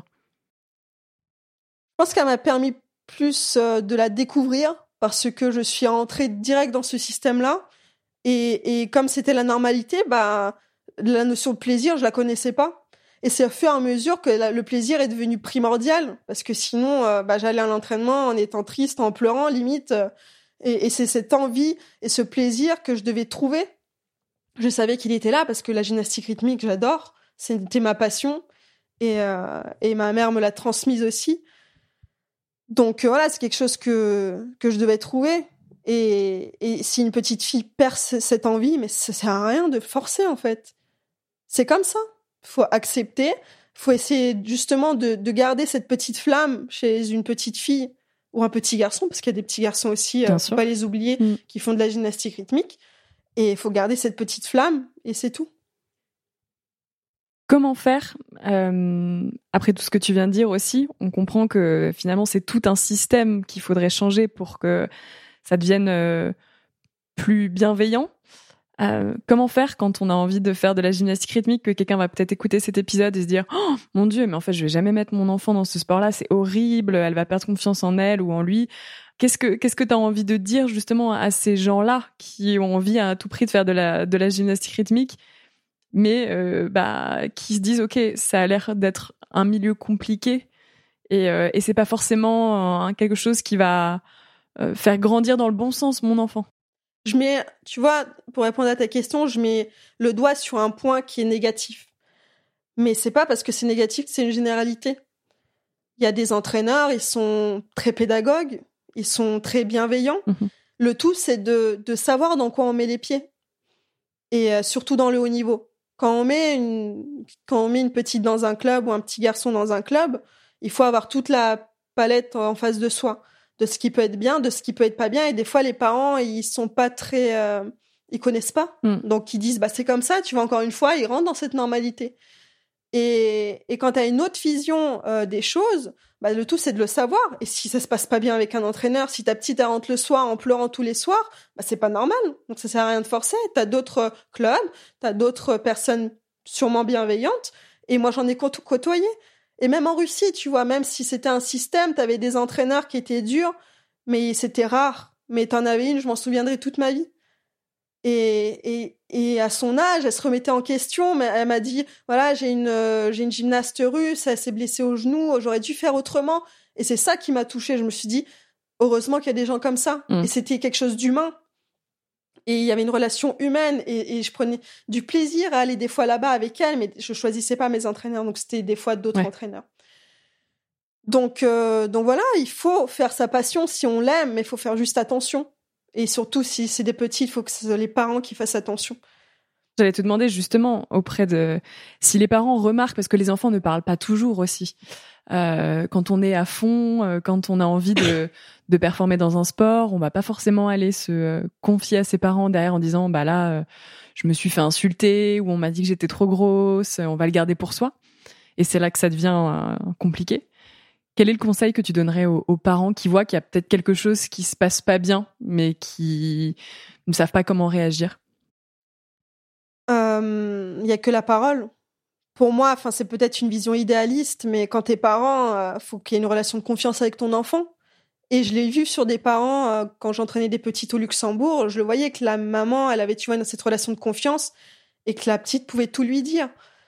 Je pense qu'elle m'a permis plus euh, de la découvrir parce que je suis entrée direct dans ce système-là. Et, et comme c'était la normalité, bah... la notion de plaisir, je la connaissais pas. Et c'est au fur et à mesure que la, le plaisir est devenu primordial. Parce que sinon, euh, bah, j'allais à l'entraînement en étant triste, en pleurant, limite. Euh, et, et c'est cette envie et ce plaisir que je devais trouver. Je savais qu'il était là parce que la gymnastique rythmique, j'adore. C'était ma passion. Et, euh, et ma mère me l'a transmise aussi. Donc euh, voilà, c'est quelque chose que, que je devais trouver. Et, et si une petite fille perd cette envie, mais ça sert à rien de forcer, en fait. C'est comme ça. Faut accepter. Faut essayer justement de, de garder cette petite flamme chez une petite fille ou un petit garçon, parce qu'il y a des petits garçons aussi, euh, faut pas les oublier, mmh. qui font de la gymnastique rythmique. Et il faut garder cette petite flamme, et c'est tout. Comment faire euh, après tout ce que tu viens de dire aussi, on comprend que finalement c'est tout un système qu'il faudrait changer pour que ça devienne euh, plus bienveillant. Euh, comment faire quand on a envie de faire de la gymnastique rythmique, que quelqu'un va peut-être écouter cet épisode et se dire « Oh mon Dieu, mais en fait je vais jamais mettre mon enfant dans ce sport-là, c'est horrible, elle va perdre confiance en elle ou en lui ». Qu'est-ce que qu'est-ce que tu as envie de dire justement à ces gens-là qui ont envie à tout prix de faire de la de la gymnastique rythmique, mais euh, bah qui se disent ok, ça a l'air d'être un milieu compliqué et euh, et c'est pas forcément euh, quelque chose qui va euh, faire grandir dans le bon sens mon enfant. Je mets, tu vois, pour répondre à ta question, je mets le doigt sur un point qui est négatif. Mais c'est pas parce que c'est négatif que c'est une généralité. Il y a des entraîneurs, ils sont très pédagogues, ils sont très bienveillants. Mmh. Le tout, c'est de, de savoir dans quoi on met les pieds. Et euh, surtout dans le haut niveau. Quand on met une, quand on met une petite dans un club ou un petit garçon dans un club, il faut avoir toute la palette en face de soi. de ce qui peut être bien, de ce qui peut être pas bien. Et des fois, les parents, ils sont pas très, euh, ils connaissent pas. Mm. Donc, ils disent, bah, c'est comme ça, tu vois, encore une fois, ils rentrent dans cette normalité. Et, et quand tu as une autre vision euh, des choses, bah, le tout, c'est de le savoir. Et si ça se passe pas bien avec un entraîneur, si ta petite, elle rentre le soir en pleurant tous les soirs, bah, c'est pas normal. Donc, ça sert à rien de forcer. Tu as d'autres clubs, tu as d'autres personnes sûrement bienveillantes. Et moi, j'en ai côto- côtoyé. Et même en Russie, tu vois, même si c'était un système, tu avais des entraîneurs qui étaient durs, mais c'était rare. Mais t'en avais une, je m'en souviendrai toute ma vie. Et, et, et à son âge, elle se remettait en question, mais elle m'a dit, voilà, j'ai une, euh, j'ai une gymnaste russe, elle s'est blessée au genou, j'aurais dû faire autrement. Et c'est ça qui m'a touchée. Je me suis dit, heureusement qu'il y a des gens comme ça. Mmh. Et c'était quelque chose d'humain. Et il y avait une relation humaine, et, et je prenais du plaisir à aller des fois là-bas avec elle, mais je choisissais pas mes entraîneurs, donc c'était des fois d'autres Ouais. entraîneurs. Donc, euh, donc voilà, il faut faire sa passion si on l'aime, mais il faut faire juste attention. Et surtout, si c'est des petits, il faut que ce soit les parents qui fassent attention. J'allais te demander justement auprès de si les parents remarquent, parce que les enfants ne parlent pas toujours aussi. Euh, quand on est à fond, euh, quand on a envie de, de performer dans un sport, on va pas forcément aller se euh, confier à ses parents derrière en disant bah là, euh, je me suis fait insulter ou on m'a dit que j'étais trop grosse. On va le garder pour soi. Et c'est là que ça devient euh, compliqué. Quel est le conseil que tu donnerais aux, aux parents qui voient qu'il y a peut-être quelque chose qui se passe pas bien, mais qui ne savent pas comment réagir? Il euh, y a que la parole. Pour moi, enfin, c'est peut-être une vision idéaliste, mais quand t'es parent, euh, faut qu'il y ait une relation de confiance avec ton enfant. Et je l'ai vu sur des parents, euh, quand j'entraînais des petites au Luxembourg, je le voyais que la maman, elle avait, tu vois, cette relation de confiance et que la petite pouvait tout lui dire.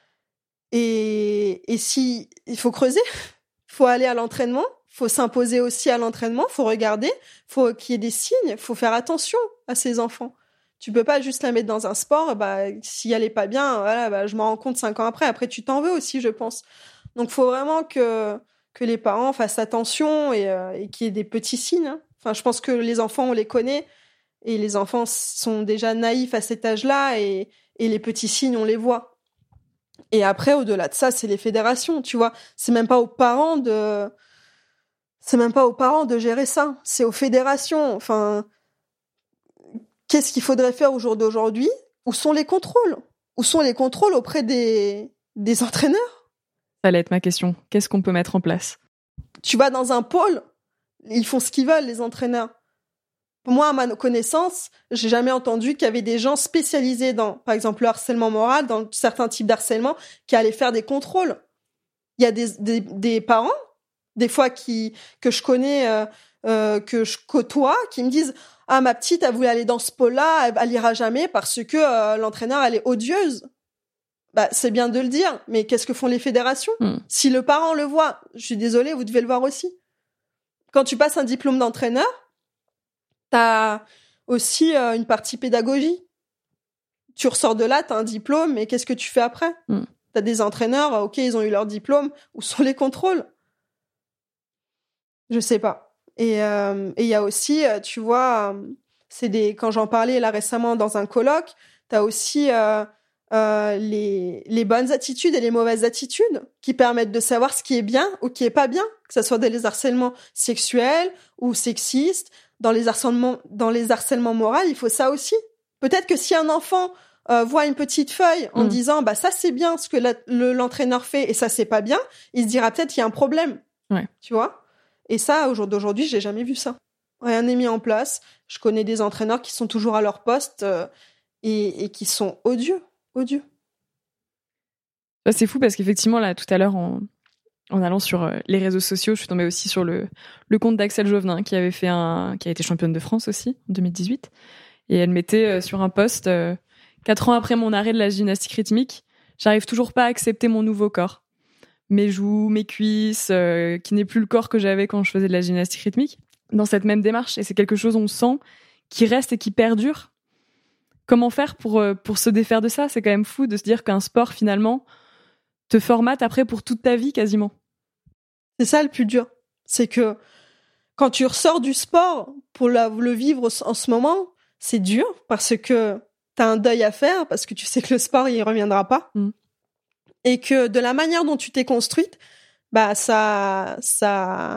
Et, et si, il faut creuser, faut aller à l'entraînement, faut s'imposer aussi à l'entraînement, faut regarder, faut qu'il y ait des signes, faut faire attention à ses enfants. Tu peux pas juste la mettre dans un sport, bah, si elle est pas bien, voilà, bah, je m'en rends compte cinq ans après. Après, tu t'en veux aussi, je pense. Donc, faut vraiment que, que les parents fassent attention et, euh, et qu'il y ait des petits signes. Hein. Enfin, je pense que les enfants, on les connaît et les enfants sont déjà naïfs à cet âge-là et, et les petits signes, on les voit. Et après, au-delà de ça, c'est les fédérations, tu vois. C'est même pas aux parents de, c'est même pas aux parents de gérer ça. C'est aux fédérations. Enfin, qu'est-ce qu'il faudrait faire au jour d'aujourd'hui? Où sont les contrôles? Où sont les contrôles auprès des, des entraîneurs? Ça allait être ma question. Qu'est-ce qu'on peut mettre en place? Tu vas dans un pôle, ils font ce qu'ils veulent, les entraîneurs. Moi, à ma connaissance, j'ai jamais entendu qu'il y avait des gens spécialisés dans, par exemple, le harcèlement moral, dans certains types d'harcèlement, qui allaient faire des contrôles. Il y a des, des, des parents, des fois qui, que je connais, euh, euh, que je côtoie, qui me disent « Ah, ma petite, elle voulait aller dans ce pôle-là, elle, elle ira jamais parce que euh, l'entraîneur, elle est odieuse. » Bah, c'est bien de le dire, mais qu'est-ce que font les fédérations? Mm. Si le parent le voit, je suis désolée, vous devez le voir aussi. Quand tu passes un diplôme d'entraîneur, t'as aussi euh, une partie pédagogie. Tu ressors de là, t'as un diplôme, mais qu'est-ce que tu fais après? Mm. T'as des entraîneurs, ok, ils ont eu leur diplôme, où sont les contrôles? Je sais pas. Et il euh, y a aussi, tu vois, c'est des quand j'en parlais là récemment dans un colloque, t'as aussi euh, euh, les, les bonnes attitudes et les mauvaises attitudes qui permettent de savoir ce qui est bien ou qui est pas bien, que ce soit dans les harcèlements sexuels ou sexistes. Dans les harcèlements, dans les harcèlements moraux, il faut ça aussi. Peut-être que si un enfant euh, voit une petite feuille en mmh. disant bah ça c'est bien ce que la, le, l'entraîneur fait et ça c'est pas bien, il se dira peut-être qu'il y a un problème. Ouais. Tu vois? Et ça, au jour d'aujourd'hui, j'ai jamais vu ça. Rien n'est mis en place. Je connais des entraîneurs qui sont toujours à leur poste euh, et, et qui sont odieux, odieux. C'est fou parce qu'effectivement là, tout à l'heure en En allant sur les réseaux sociaux, je suis tombée aussi sur le, le compte d'Axelle Jovenin, qui avait fait un, qui a été championne de France aussi, en deux mille dix-huit. Et elle mettait sur un post, euh, quatre ans après mon arrêt de la gymnastique rythmique, j'arrive toujours pas à accepter mon nouveau corps. Mes joues, mes cuisses, euh, qui n'est plus le corps que j'avais quand je faisais de la gymnastique rythmique. Dans cette même démarche. Et c'est quelque chose, on sent, qui reste et qui perdure. Comment faire pour, pour se défaire de ça? C'est quand même fou de se dire qu'un sport, finalement, te formate après pour toute ta vie quasiment. C'est ça le plus dur. C'est que quand tu ressors du sport pour la, le vivre en ce moment, c'est dur parce que t'as un deuil à faire, parce que tu sais que le sport, il reviendra pas. Mm. Et que de la manière dont tu t'es construite, bah, ça, ça,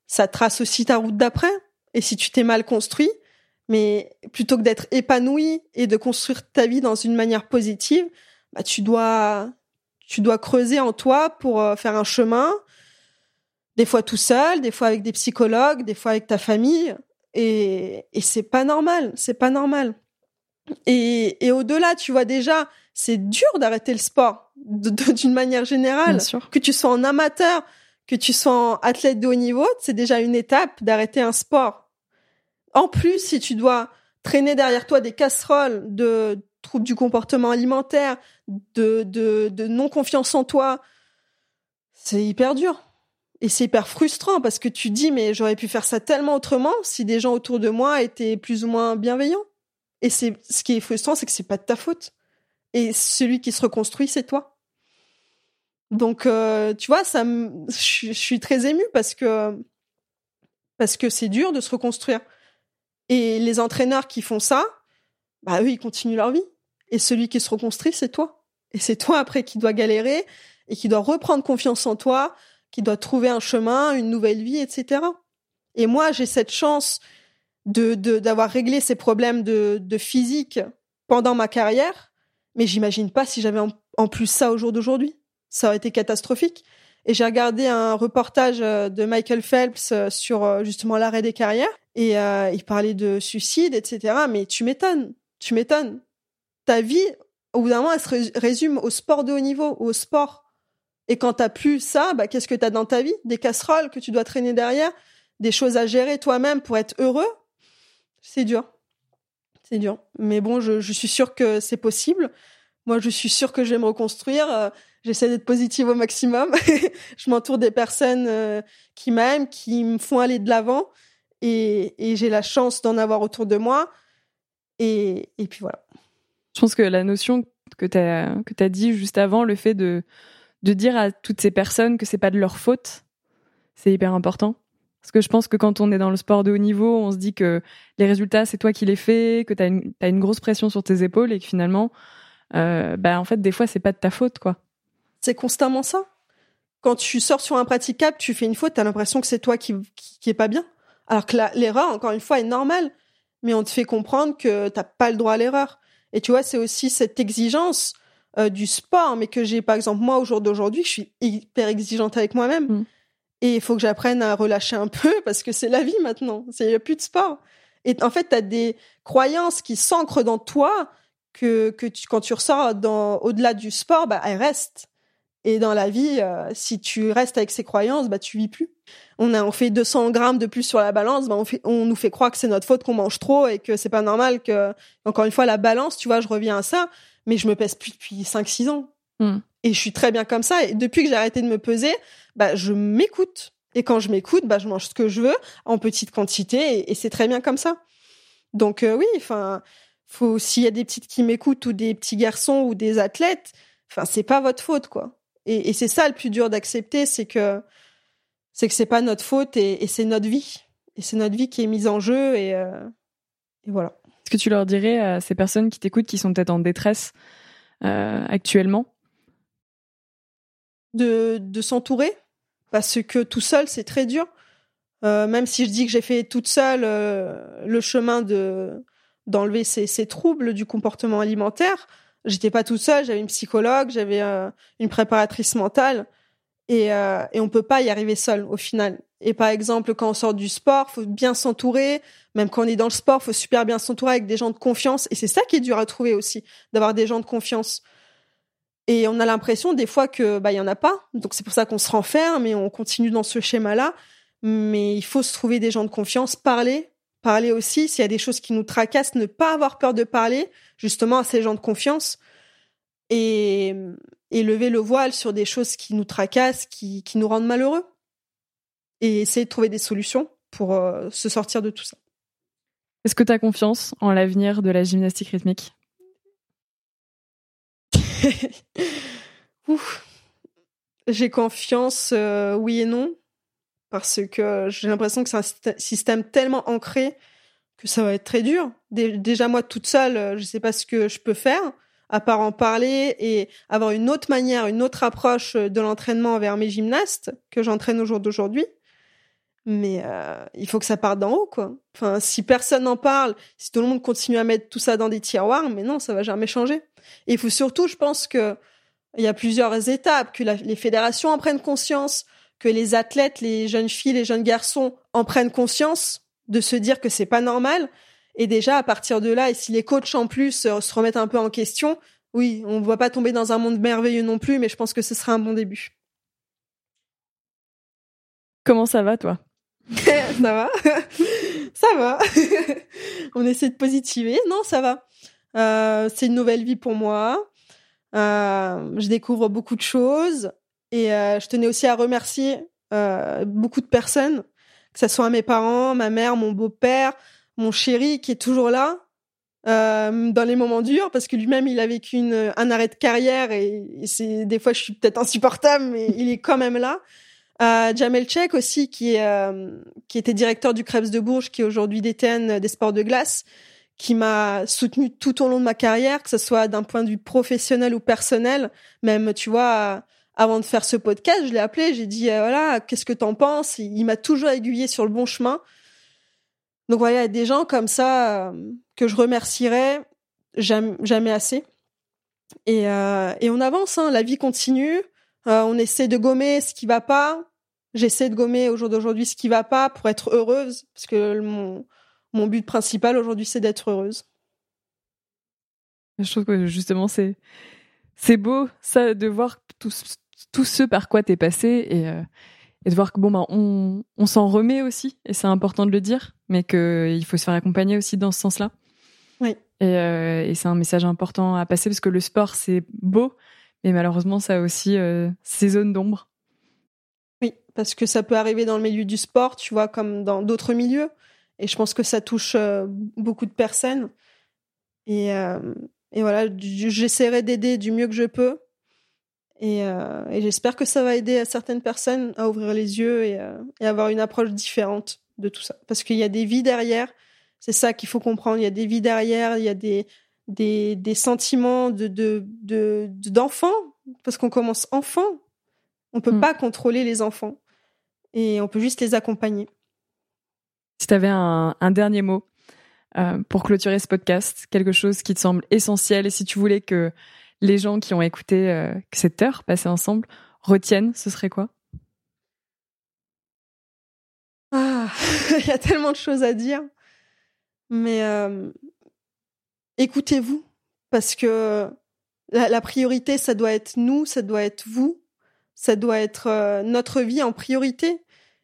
ça trace aussi ta route d'après. Et si tu t'es mal construit, mais plutôt que d'être épanoui et de construire ta vie dans une manière positive, bah tu dois tu dois creuser en toi pour euh, faire un chemin, des fois tout seul, des fois avec des psychologues, des fois avec ta famille, et et c'est pas normal, c'est pas normal. Et et au-delà, tu vois, déjà, c'est dur d'arrêter le sport de, de, d'une manière générale. Bien sûr. Que tu sois en amateur, que tu sois en athlète de haut niveau, c'est déjà une étape d'arrêter un sport. En plus, si tu dois traîner derrière toi des casseroles de troubles du comportement alimentaire, de, de, de non-confiance en toi, c'est hyper dur. Et c'est hyper frustrant parce que tu dis, mais j'aurais pu faire ça tellement autrement si des gens autour de moi étaient plus ou moins bienveillants. Et c'est, ce qui est frustrant, c'est que c'est pas de ta faute. Et celui qui se reconstruit, c'est toi. Donc, euh, tu vois, ça me, je, je suis très émue parce que, parce que c'est dur de se reconstruire. Et les entraîneurs qui font ça, bah eux, ils continuent leur vie. Et celui qui se reconstruit, c'est toi. Et c'est toi, après, qui dois galérer et qui doit reprendre confiance en toi, qui doit trouver un chemin, une nouvelle vie, et cetera. Et moi, j'ai cette chance de, de d'avoir réglé ces problèmes de, de physique pendant ma carrière, mais j'imagine pas si j'avais en, en plus ça au jour d'aujourd'hui. Ça aurait été catastrophique. Et j'ai regardé un reportage de Michael Phelps sur justement l'arrêt des carrières, et euh, il parlait de suicide, et cetera. Mais tu m'étonnes, tu m'étonnes. Ta vie, au bout d'un moment, elle se résume au sport de haut niveau, au sport. Et quand t'as plus ça, bah qu'est-ce que t'as dans ta vie ? Des casseroles que tu dois traîner derrière, des choses à gérer toi-même pour être heureux. C'est dur, c'est dur. Mais bon, je, je suis sûre que c'est possible. Moi, je suis sûre que je vais me reconstruire. Euh, j'essaie d'être positive au maximum. Je m'entoure des personnes euh, qui m'aiment, qui me font aller de l'avant. Et, et j'ai la chance d'en avoir autour de moi. Et, et puis voilà. Je pense que la notion que tu as que tu as dit juste avant, le fait de de dire à toutes ces personnes que c'est pas de leur faute, c'est hyper important. Parce que je pense que quand on est dans le sport de haut niveau, on se dit que les résultats, c'est toi qui les fais, que tu as une, t'as une grosse pression sur tes épaules et que finalement, euh, bah, en fait, des fois, c'est pas de ta faute, quoi. C'est constamment ça. Quand tu sors sur un praticable, tu fais une faute, t'as l'impression que c'est toi qui, qui, qui est pas bien. Alors que la, l'erreur, encore une fois, est normale. Mais on te fait comprendre que t'as pas le droit à l'erreur. Et tu vois, c'est aussi cette exigence euh, du sport, mais que j'ai, par exemple, moi, au jour d'aujourd'hui, je suis hyper exigeante avec moi-même. Mm. Et il faut que j'apprenne à relâcher un peu parce que c'est la vie maintenant. Il n'y a plus de sport. Et en fait, tu as des croyances qui s'ancrent dans toi que, que tu, quand tu ressors dans, au-delà du sport, bah, elles restent. Et dans la vie, euh, si tu restes avec ces croyances, bah, tu vis plus. On a, on fait deux cents grammes de plus sur la balance, bah, on fait, on nous fait croire que c'est notre faute qu'on mange trop et que c'est pas normal que, encore une fois, la balance, tu vois, je reviens à ça, mais je me pèse plus depuis cinq six ans. Mm. Et je suis très bien comme ça. Et depuis que j'ai arrêté de me peser, bah, je m'écoute. Et quand je m'écoute, bah, je mange ce que je veux en petite quantité et, et c'est très bien comme ça. Donc, euh, oui, enfin, faut, s'il y a des petites qui m'écoutent ou des petits garçons ou des athlètes, enfin, c'est pas votre faute, quoi. Et, et c'est ça le plus dur d'accepter, c'est que, c'est que c'est pas notre faute et, et c'est notre vie. Et c'est notre vie qui est mise en jeu et, euh, et voilà. Est-ce que tu leur dirais à ces personnes qui t'écoutent, qui sont peut-être en détresse euh, actuellement, de, de s'entourer, parce que tout seul, c'est très dur. Euh, même si je dis que j'ai fait toute seule euh, le chemin de, d'enlever ces, ces troubles du comportement alimentaire, j'étais pas toute seule, j'avais une psychologue, j'avais euh, une préparatrice mentale, et, euh, et on peut pas y arriver seul, au final. Et par exemple, quand on sort du sport, faut bien s'entourer. Même quand on est dans le sport, faut super bien s'entourer avec des gens de confiance. Et c'est ça qui est dur à trouver aussi, d'avoir des gens de confiance. Et on a l'impression des fois que bah il y en a pas, donc c'est pour ça qu'on se renferme et on continue dans ce schéma-là. Mais il faut se trouver des gens de confiance, parler, parler aussi s'il y a des choses qui nous tracassent, ne pas avoir peur de parler justement à ces gens de confiance et et lever le voile sur des choses qui nous tracassent, qui qui nous rendent malheureux et essayer de trouver des solutions pour euh, se sortir de tout ça. Est-ce que tu as confiance en l'avenir de la gymnastique rythmique ? Ouf. J'ai confiance, euh, oui et non, parce que j'ai l'impression que c'est un système tellement ancré que ça va être très dur. Dé- déjà moi toute seule, je sais pas ce que je peux faire, à part en parler et avoir une autre manière, une autre approche de l'entraînement envers mes gymnastes que j'entraîne au jour d'aujourd'hui. Mais euh, il faut que ça parte d'en haut, quoi. Enfin, si personne n'en parle, si tout le monde continue à mettre tout ça dans des tiroirs, mais non, ça va jamais changer. Et il faut surtout, je pense que il y a plusieurs étapes, que la, les fédérations en prennent conscience, que les athlètes, les jeunes filles, les jeunes garçons en prennent conscience de se dire que c'est pas normal. Et déjà, à partir de là, et si les coachs en plus euh, se remettent un peu en question, oui, on ne va pas tomber dans un monde merveilleux non plus, mais je pense que ce sera un bon début. Comment ça va, toi ? Ça va, ça va. On essaie de positiver. Non, ça va. Euh, c'est une nouvelle vie pour moi. Euh, je découvre beaucoup de choses et euh, je tenais aussi à remercier euh, beaucoup de personnes, que ce soit mes parents, ma mère, mon beau-père, mon chéri qui est toujours là euh, dans les moments durs parce que lui-même il a vécu une, un arrêt de carrière et, et c'est des fois je suis peut-être insupportable mais il est quand même là. Euh, Jamel Chek aussi qui est euh, qui était directeur du Krebs de Bourges, qui est aujourd'hui D T N des sports de glace, qui m'a soutenu tout au long de ma carrière, que ce soit d'un point de vue professionnel ou personnel. Même tu vois, avant de faire ce podcast, je l'ai appelé, j'ai dit euh, voilà, qu'est-ce que t'en penses ? Il, il m'a toujours aiguillé sur le bon chemin. Donc voilà, il y a des gens comme ça euh, que je remercierai jamais, jamais assez. Et euh, et on avance, hein, la vie continue. Euh, on essaie de gommer ce qui va pas. J'essaie de gommer au jour d'aujourd'hui ce qui va pas pour être heureuse, parce que mon mon but principal aujourd'hui c'est d'être heureuse. Je trouve que justement c'est c'est beau ça de voir tout tout ce par quoi t'es passé et euh, et de voir que bon ben on on s'en remet aussi et c'est important de le dire, mais que il faut se faire accompagner aussi dans ce sens-là. Oui. Et euh, et c'est un message important à passer parce que le sport c'est beau. Et malheureusement, ça a aussi euh, ses zones d'ombre. Oui, parce que ça peut arriver dans le milieu du sport, tu vois, comme dans d'autres milieux. Et je pense que ça touche euh, beaucoup de personnes. Et, euh, et voilà, j'essaierai d'aider du mieux que je peux. Et, euh, et j'espère que ça va aider à certaines personnes à ouvrir les yeux et, euh, et avoir une approche différente de tout ça. Parce qu'il y a des vies derrière. C'est ça qu'il faut comprendre. Il y a des vies derrière, il y a des... des des sentiments de de de d'enfants parce qu'on commence enfant, on peut mmh. pas contrôler les enfants et on peut juste les accompagner. Si tu avais un un dernier mot euh, pour clôturer ce podcast, quelque chose qui te semble essentiel et si tu voulais que les gens qui ont écouté euh, cette heure passée ensemble retiennent, ce serait quoi ? Ah, il y a tellement de choses à dire, mais euh... écoutez-vous, parce que la, la priorité, ça doit être nous, ça doit être vous, ça doit être euh, notre vie en priorité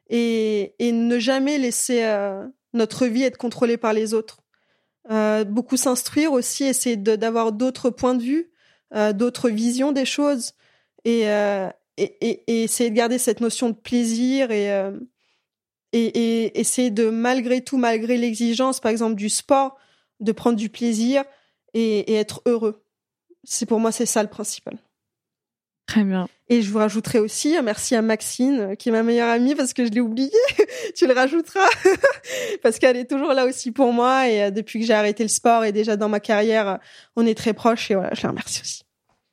et, et ne jamais laisser euh, notre vie être contrôlée par les autres. Euh, beaucoup s'instruire aussi, essayer de, d'avoir d'autres points de vue, euh, d'autres visions des choses et, euh, et, et, et essayer de garder cette notion de plaisir et, euh, et, et essayer de, malgré tout, malgré l'exigence, par exemple, du sport, de prendre du plaisir et, et être heureux. C'est pour moi, c'est ça le principal. Très bien. Et je vous rajouterai aussi, merci à Maxine, qui est ma meilleure amie, parce que je l'ai oublié. Tu le rajouteras. Parce qu'elle est toujours là aussi pour moi. Et euh, depuis que j'ai arrêté le sport et déjà dans ma carrière, on est très proches. Et voilà, je la remercie aussi.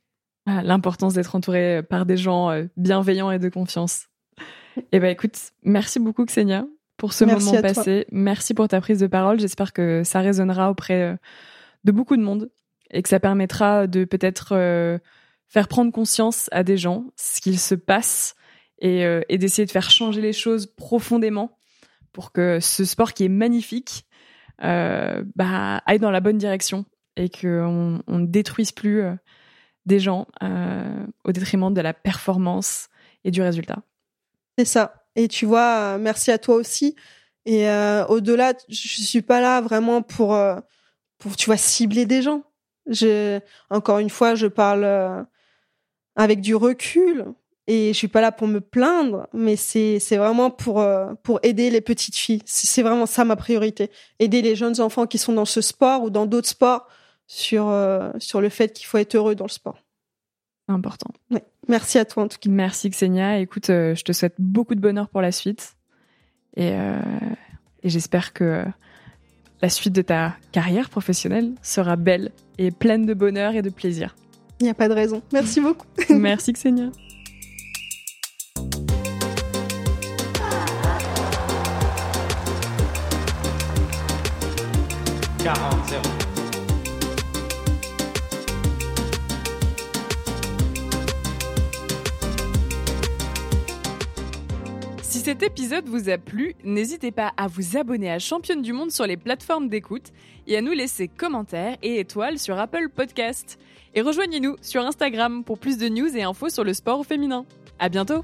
Ah, l'importance d'être entouré par des gens bienveillants et de confiance. Eh ben, écoute, merci beaucoup, Xenia, pour ce merci moment passé. Toi. Merci pour ta prise de parole. J'espère que ça résonnera auprès de beaucoup de monde et que ça permettra de peut-être euh, faire prendre conscience à des gens ce qu'il se passe et, euh, et d'essayer de faire changer les choses profondément pour que ce sport qui est magnifique euh, bah, aille dans la bonne direction et qu'on on ne détruise plus euh, des gens euh, au détriment de la performance et du résultat. C'est ça. Et tu vois, euh, merci à toi aussi. Et euh, au-delà, je suis pas là vraiment pour, euh, pour tu vois, cibler des gens. Je, encore une fois, je parle euh, avec du recul et je suis pas là pour me plaindre, mais c'est c'est vraiment pour euh, pour aider les petites filles. C'est, c'est vraiment ça ma priorité. Aider les jeunes enfants qui sont dans ce sport ou dans d'autres sports sur euh, sur le fait qu'il faut être heureux dans le sport. Important. Oui. Merci à toi en tout cas. Merci Xenia. Écoute, euh, je te souhaite beaucoup de bonheur pour la suite et, euh, et j'espère que la suite de ta carrière professionnelle sera belle et pleine de bonheur et de plaisir. Il n'y a pas de raison. Merci beaucoup. Merci Xenia. quarante zéro. Si cet épisode vous a plu, n'hésitez pas à vous abonner à Championne du Monde sur les plateformes d'écoute et à nous laisser commentaires et étoiles sur Apple Podcast. Et rejoignez-nous sur Instagram pour plus de news et infos sur le sport féminin. À bientôt!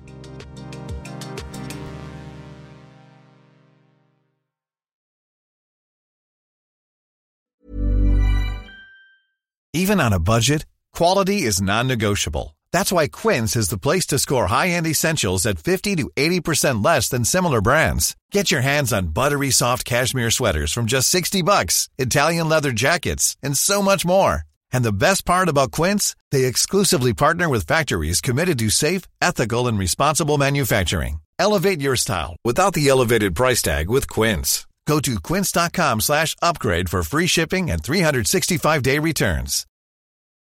Even on a budget, quality is non-negotiable. That's why Quince is the place to score high-end essentials at fifty to eighty percent less than similar brands. Get your hands on buttery soft cashmere sweaters from just sixty bucks, Italian leather jackets, and so much more. And the best part about Quince, they exclusively partner with factories committed to safe, ethical, and responsible manufacturing. Elevate your style without the elevated price tag with Quince. Go to quince.com slash upgrade for free shipping and three sixty-five day returns.